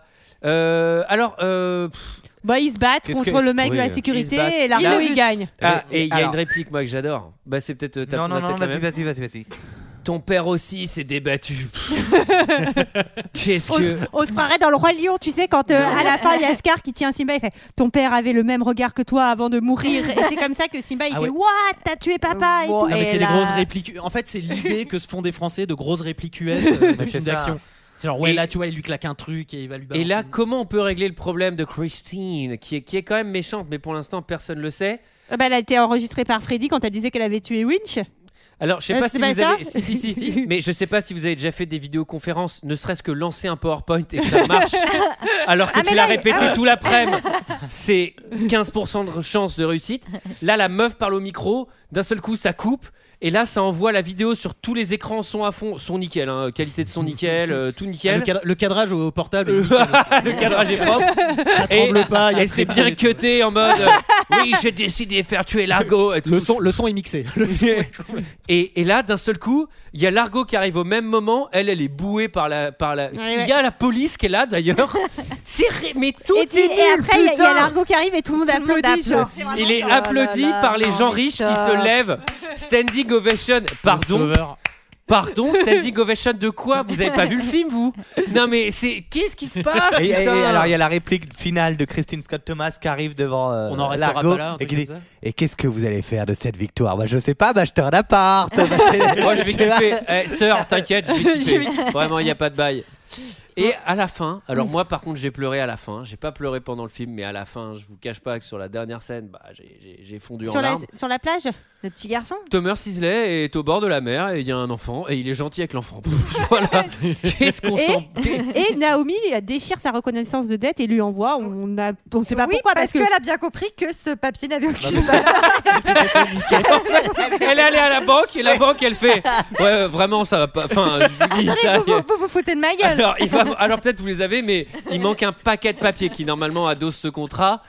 Ils se battent contre le mec de la sécurité et Largo il gagne. Et il y a une réplique moi que j'adore. C'est peut-être non, vas-y. Ton père aussi s'est débattu. Qu'est-ce que on se croirait dans le Roi Lion, tu sais, quand à la fin il y a Scar qui tient Simba, il fait ton père avait le même regard que toi avant de mourir, et c'est comme ça que Simba il fait what, t'as tué papa et tout. Mais c'est les grosses répliques. En fait, c'est l'idée que se font des Français de grosses répliques US de films d'action. C'est genre là tu vois, il lui claque un truc et il va lui balancer. Et là, comment on peut régler le problème de Christine qui est quand même méchante, mais pour l'instant personne le sait. Elle a été enregistrée par Freddy quand elle disait qu'elle avait tué Winch. Alors, je sais pas si vous avez... Si. Mais je sais pas si vous avez déjà fait des vidéoconférences, ne serait-ce que lancer un PowerPoint et que ça marche, alors que tu l'as répété tout l'après-midi. C'est 15% de chance de réussite. Là, la meuf parle au micro, d'un seul coup, ça coupe. Et là, ça envoie la vidéo sur tous les écrans, son à fond, son nickel, hein, qualité de son nickel, tout nickel. Le cadrage au portable. Le cadrage est propre. Ça tremble pas. Elle s'est bien cutée en mode oui, j'ai décidé de faire tuer Largo. Et tout. Le son est mixé. Et là, d'un seul coup, il y a Largo qui arrive au même moment. Elle est bouée par la. Il y a la police qui est là d'ailleurs. Mais tout est nul, et après, il y a Largo qui arrive et tout le monde applaudit. Il est applaudi par les gens riches qui se lèvent. Standing ovation. Pardon, standing ovation de quoi? Vous avez pas vu le film, vous? Non mais qu'est-ce qui se passe? Et alors il y a la réplique finale de Kristen Scott Thomas qui arrive devant on en restera Largo pas là, et qui dit et qu'est-ce que vous allez faire de cette victoire? Je sais pas, acheter un appart. Moi je vais kiffer. Sœur, t'inquiète, je vais kiffer. Vraiment, il y a pas de bail. Et à la fin, alors moi par contre j'ai pleuré à la fin, j'ai pas pleuré pendant le film, mais à la fin, je vous cache pas que sur la dernière scène, j'ai fondu en larmes. Sur la plage, le petit garçon Thomas Sisley est au bord de la mer et il y a un enfant et il est gentil avec l'enfant. Voilà. Qu'est-ce qu'on sent? Et Naomi déchire sa reconnaissance de dette et lui envoie. On sait pas pourquoi parce qu'elle a bien compris que ce papier n'avait aucune valeur. En fait, elle est allée à la banque et la banque elle fait ouais vraiment ça va pas. Enfin, vous foutez de ma gueule. Alors peut-être vous les avez, mais il manque un paquet de papier qui normalement adosse ce contrat.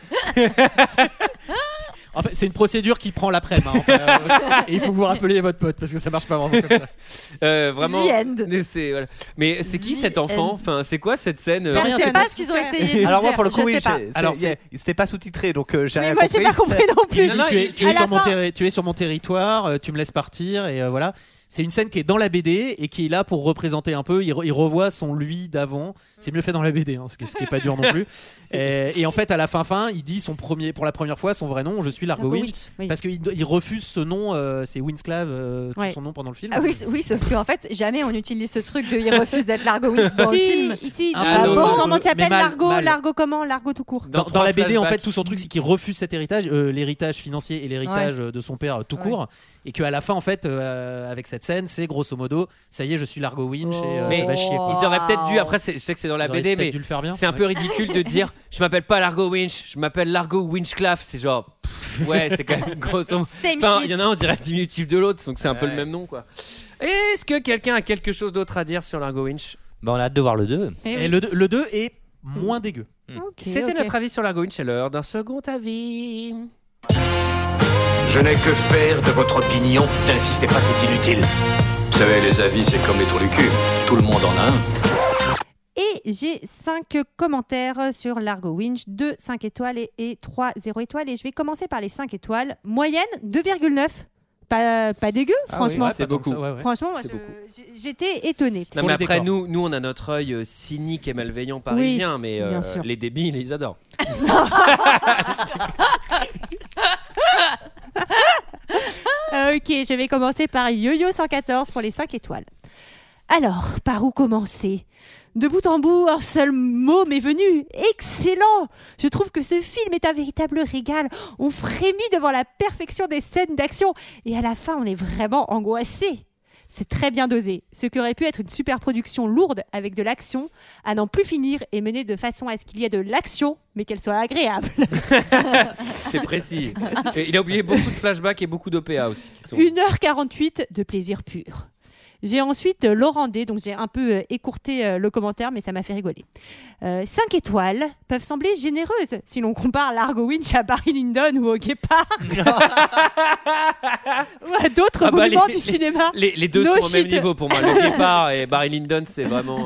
En fait, c'est une procédure qui prend l'après-midi. Et il faut vous rappeler votre pote parce que ça marche pas vraiment comme ça. Vraiment. The end. Voilà. Mais c'est qui cet enfant? Enfin, c'est quoi cette scène? Je sais pas ce qu'ils ont essayé. Alors moi pour le coup, alors c'était pas sous-titré, donc j'ai rien compris. compris. J'ai pas compris non plus. Tu es sur mon territoire, tu me laisses partir et voilà. C'est une scène qui est dans la BD et qui est là pour représenter un peu. Il revoit son lui d'avant. C'est mieux fait dans la BD, hein, ce qui est pas dur non plus. Et en fait, à la fin, il dit pour la première fois son vrai nom. Je suis Largo Winch. Oui. Parce qu'il refuse ce nom. C'est Winsclave, son nom pendant le film. Ah oui, sauf qu'en fait, jamais on utilise ce truc de il refuse d'être Largo Winch dans le film. Ici, comment tu appelles Largo? Largo comment? Largo tout court. Dans la BD, en fait, tout son truc, c'est qu'il refuse cet héritage, l'héritage financier et l'héritage de son père tout court. Et qu'à la fin, en fait, avec cette scène, c'est grosso modo ça y est, je suis Largo Winch et ça va chier quoi. Ils auraient peut-être dû, après je sais que c'est dans la BD, mais c'est un peu ridicule de dire je m'appelle pas Largo Winch, je m'appelle Largo Winchcliffe. C'est genre ouais, c'est quand même grosso modo. Il y en a un, on dirait le diminutif de l'autre, donc c'est un peu le même nom quoi. Est-ce que quelqu'un a quelque chose d'autre à dire sur Largo Winch? On a hâte de voir le 2. Et le 2 est moins dégueu. C'était notre avis sur Largo Winch, c'est l'heure d'un second avis. Je n'ai que faire de votre opinion. N'insistez pas, c'est inutile. Vous savez, les avis, c'est comme les trous du cul. Tout le monde en a un. Et j'ai 5 commentaires sur Largo Winch, 2 5 étoiles et 3 0 étoiles. Et je vais commencer par les 5 étoiles. Moyenne 2,9. Pas dégueu, franchement. Oui, c'est beaucoup. Franchement, moi, j'étais étonnée. Non, mais après, nous, on a notre œil cynique et malveillant parisien, mais les débiles, ils adorent. Ok, je vais commencer par Yo-Yo 114 pour les 5 étoiles. Alors, par où commencer ? De bout en bout, un seul mot m'est venu. Excellent ! Je trouve que ce film est un véritable régal. On frémit devant la perfection des scènes d'action. Et à la fin, on est vraiment angoissé. C'est très bien dosé. Ce qui aurait pu être une super production lourde avec de l'action, à n'en plus finir et menée de façon à ce qu'il y ait de l'action, mais qu'elle soit agréable. C'est précis. Et il a oublié beaucoup de flashbacks et beaucoup d'OPA aussi. 1h48 de plaisir pur. J'ai ensuite Laurent D, donc j'ai un peu écourté le commentaire, mais ça m'a fait rigoler. 5 étoiles peuvent sembler généreuses si l'on compare Largo Winch à Barry Lyndon ou au Guépard ou à d'autres monuments du cinéma. Les deux sont au même niveau pour moi. Le Guépard et Barry Lyndon, c'est vraiment...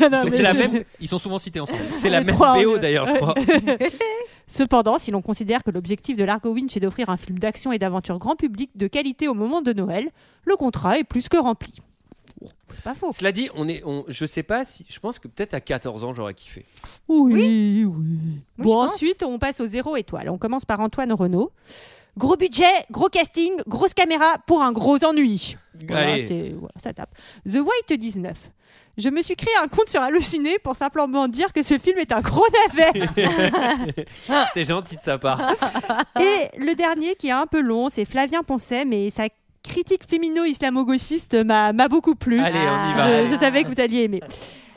Ils sont souvent cités ensemble. C'est la même BO d'ailleurs, je crois. Cependant, si l'on considère que l'objectif de Largo Winch est d'offrir un film d'action et d'aventure grand public de qualité au moment de Noël, le contrat est plus que rempli. C'est pas faux. Cela dit, je sais pas si. Je pense que peut-être à 14 ans, j'aurais kiffé. Oui. Bon, ensuite, on passe aux 0 étoiles. On commence par Antoine Renaud. Gros budget, gros casting, grosse caméra pour un gros ennui. Voilà, ça tape. The White 19. Je me suis créé un compte sur Allociné pour simplement dire que ce film est un gros navet. C'est gentil de sa part. Et le dernier qui est un peu long, c'est Flavien Poncet, mais sa critique fémino-islamo-gauchiste m'a beaucoup plu. Allez, on y va. Je savais que vous alliez aimer.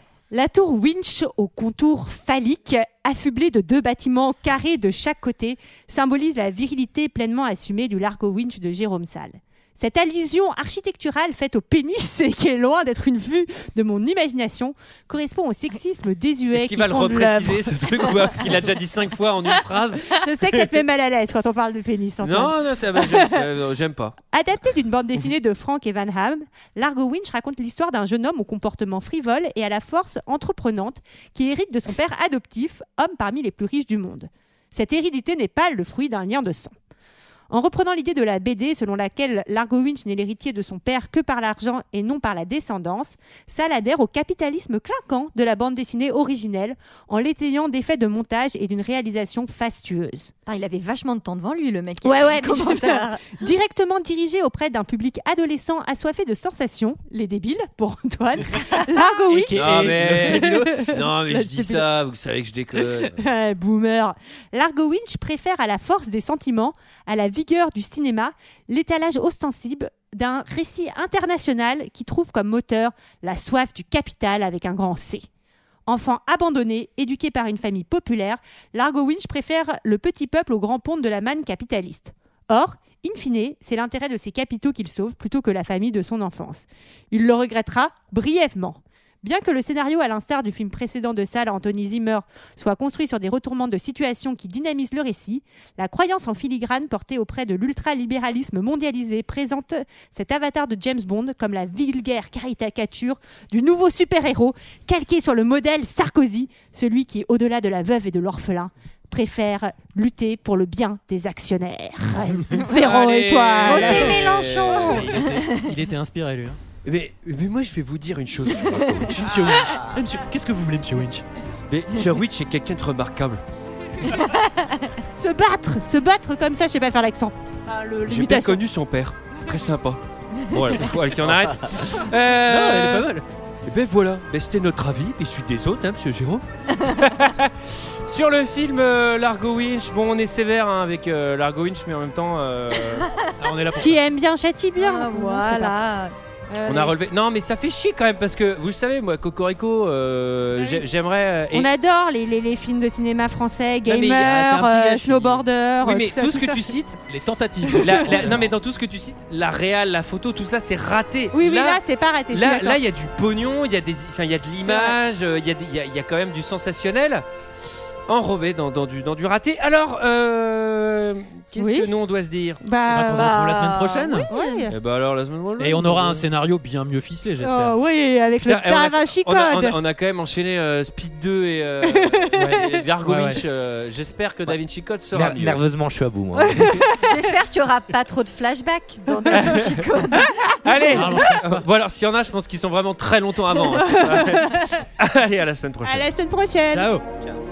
La tour Winch, au contour phallique, affublée de 2 bâtiments carrés de chaque côté, symbolise la virilité pleinement assumée du Largo Winch de Jérôme Salle. Cette allusion architecturale faite au pénis et qui est loin d'être une vue de mon imagination correspond au sexisme désuet qui va le fonde l'œuvre. repréciser ce truc ou pas, parce qu'il a déjà dit 5 fois en une phrase. Je sais que ça te met mal à l'aise quand on parle de pénis, Antoine. Non, ça va, j'aime pas. Adapté d'une bande dessinée de Frank Evan Ham, Largo Winch raconte l'histoire d'un jeune homme au comportement frivole et à la force entreprenante qui hérite de son père adoptif, homme parmi les plus riches du monde. Cette hérédité n'est pas le fruit d'un lien de sang. En reprenant l'idée de la BD selon laquelle Largo Winch n'est l'héritier de son père que par l'argent et non par la descendance, Salle adhère au capitalisme clinquant de la bande dessinée originelle en l'étayant d'effets de montage et d'une réalisation fastueuse. Il avait vachement de temps devant lui, le mec. Ouais, directement dirigé auprès d'un public adolescent assoiffé de sensations, les débiles, pour Antoine, Largo Winch... Non mais je dis ça, vous savez que je déconne. Boomer. Largo Winch préfère à la force des sentiments, à la vigueur du cinéma, l'étalage ostensible d'un récit international qui trouve comme moteur la soif du capital avec un grand C. Enfant abandonné, éduqué par une famille populaire, Largo Winch préfère le petit peuple au grand ponte de la manne capitaliste. Or, in fine, c'est l'intérêt de ses capitaux qu'il sauve plutôt que la famille de son enfance. Il le regrettera brièvement. Bien que le scénario, à l'instar du film précédent de Salle, Anthony Zimmer, soit construit sur des retournements de situation qui dynamisent le récit, la croyance en filigrane portée auprès de l'ultralibéralisme mondialisé présente cet avatar de James Bond comme la vulgaire caricature du nouveau super-héros calqué sur le modèle Sarkozy, celui qui, au-delà de la veuve et de l'orphelin, préfère lutter pour le bien des actionnaires. 0 étoile. Votez Mélenchon. Il était inspiré, lui. Mais moi je vais vous dire une chose. Monsieur Winch. Qu'est-ce que vous voulez, Monsieur Winch? Mais Monsieur Winch est quelqu'un de remarquable. Se battre comme ça, je sais pas faire l'accent. J'ai bien connu son père, très sympa. Bon, allez, qu'on arrête. Non, elle est pas mal. Et ben voilà, c'était notre avis, et celui des autres, Monsieur Jérôme. Sur le film Largo Winch, bon, on est sévère avec Largo Winch, mais en même temps, on est là pour qui aime bien châtie bien. Voilà. On a relevé. Non, mais ça fait chier quand même parce que vous le savez, moi, Cocorico, j'aimerais. On adore les films de cinéma français, Gamer, Snowboarder. Oui, mais tout ce ça. que tu cites, les tentatives. Non, mais dans tout ce que tu cites, la réal, la photo, tout ça, c'est raté. Oui, là, c'est pas raté. Là, il y a du pognon, il y a de l'image, il y a quand même du sensationnel. enrobé dans du raté. Alors, qu'est-ce que nous on doit se dire? On se retrouve la semaine prochaine. Oui. Et bah alors la semaine prochaine. Et on aura un scénario bien mieux ficelé, j'espère. Oui, avec le Da Vinci Code. On a quand même enchaîné Speed 2 et Largo Winch. J'espère que Da Vinci Code sera mieux. Nerveusement, je suis à bout. Moi. J'espère qu'il n'y aura pas trop de flashbacks dans Da Vinci Code. Allez, voilà, s'il y en a, je pense qu'ils sont vraiment très longtemps avant. Allez, à la semaine prochaine. À la semaine prochaine. Ciao. Ciao.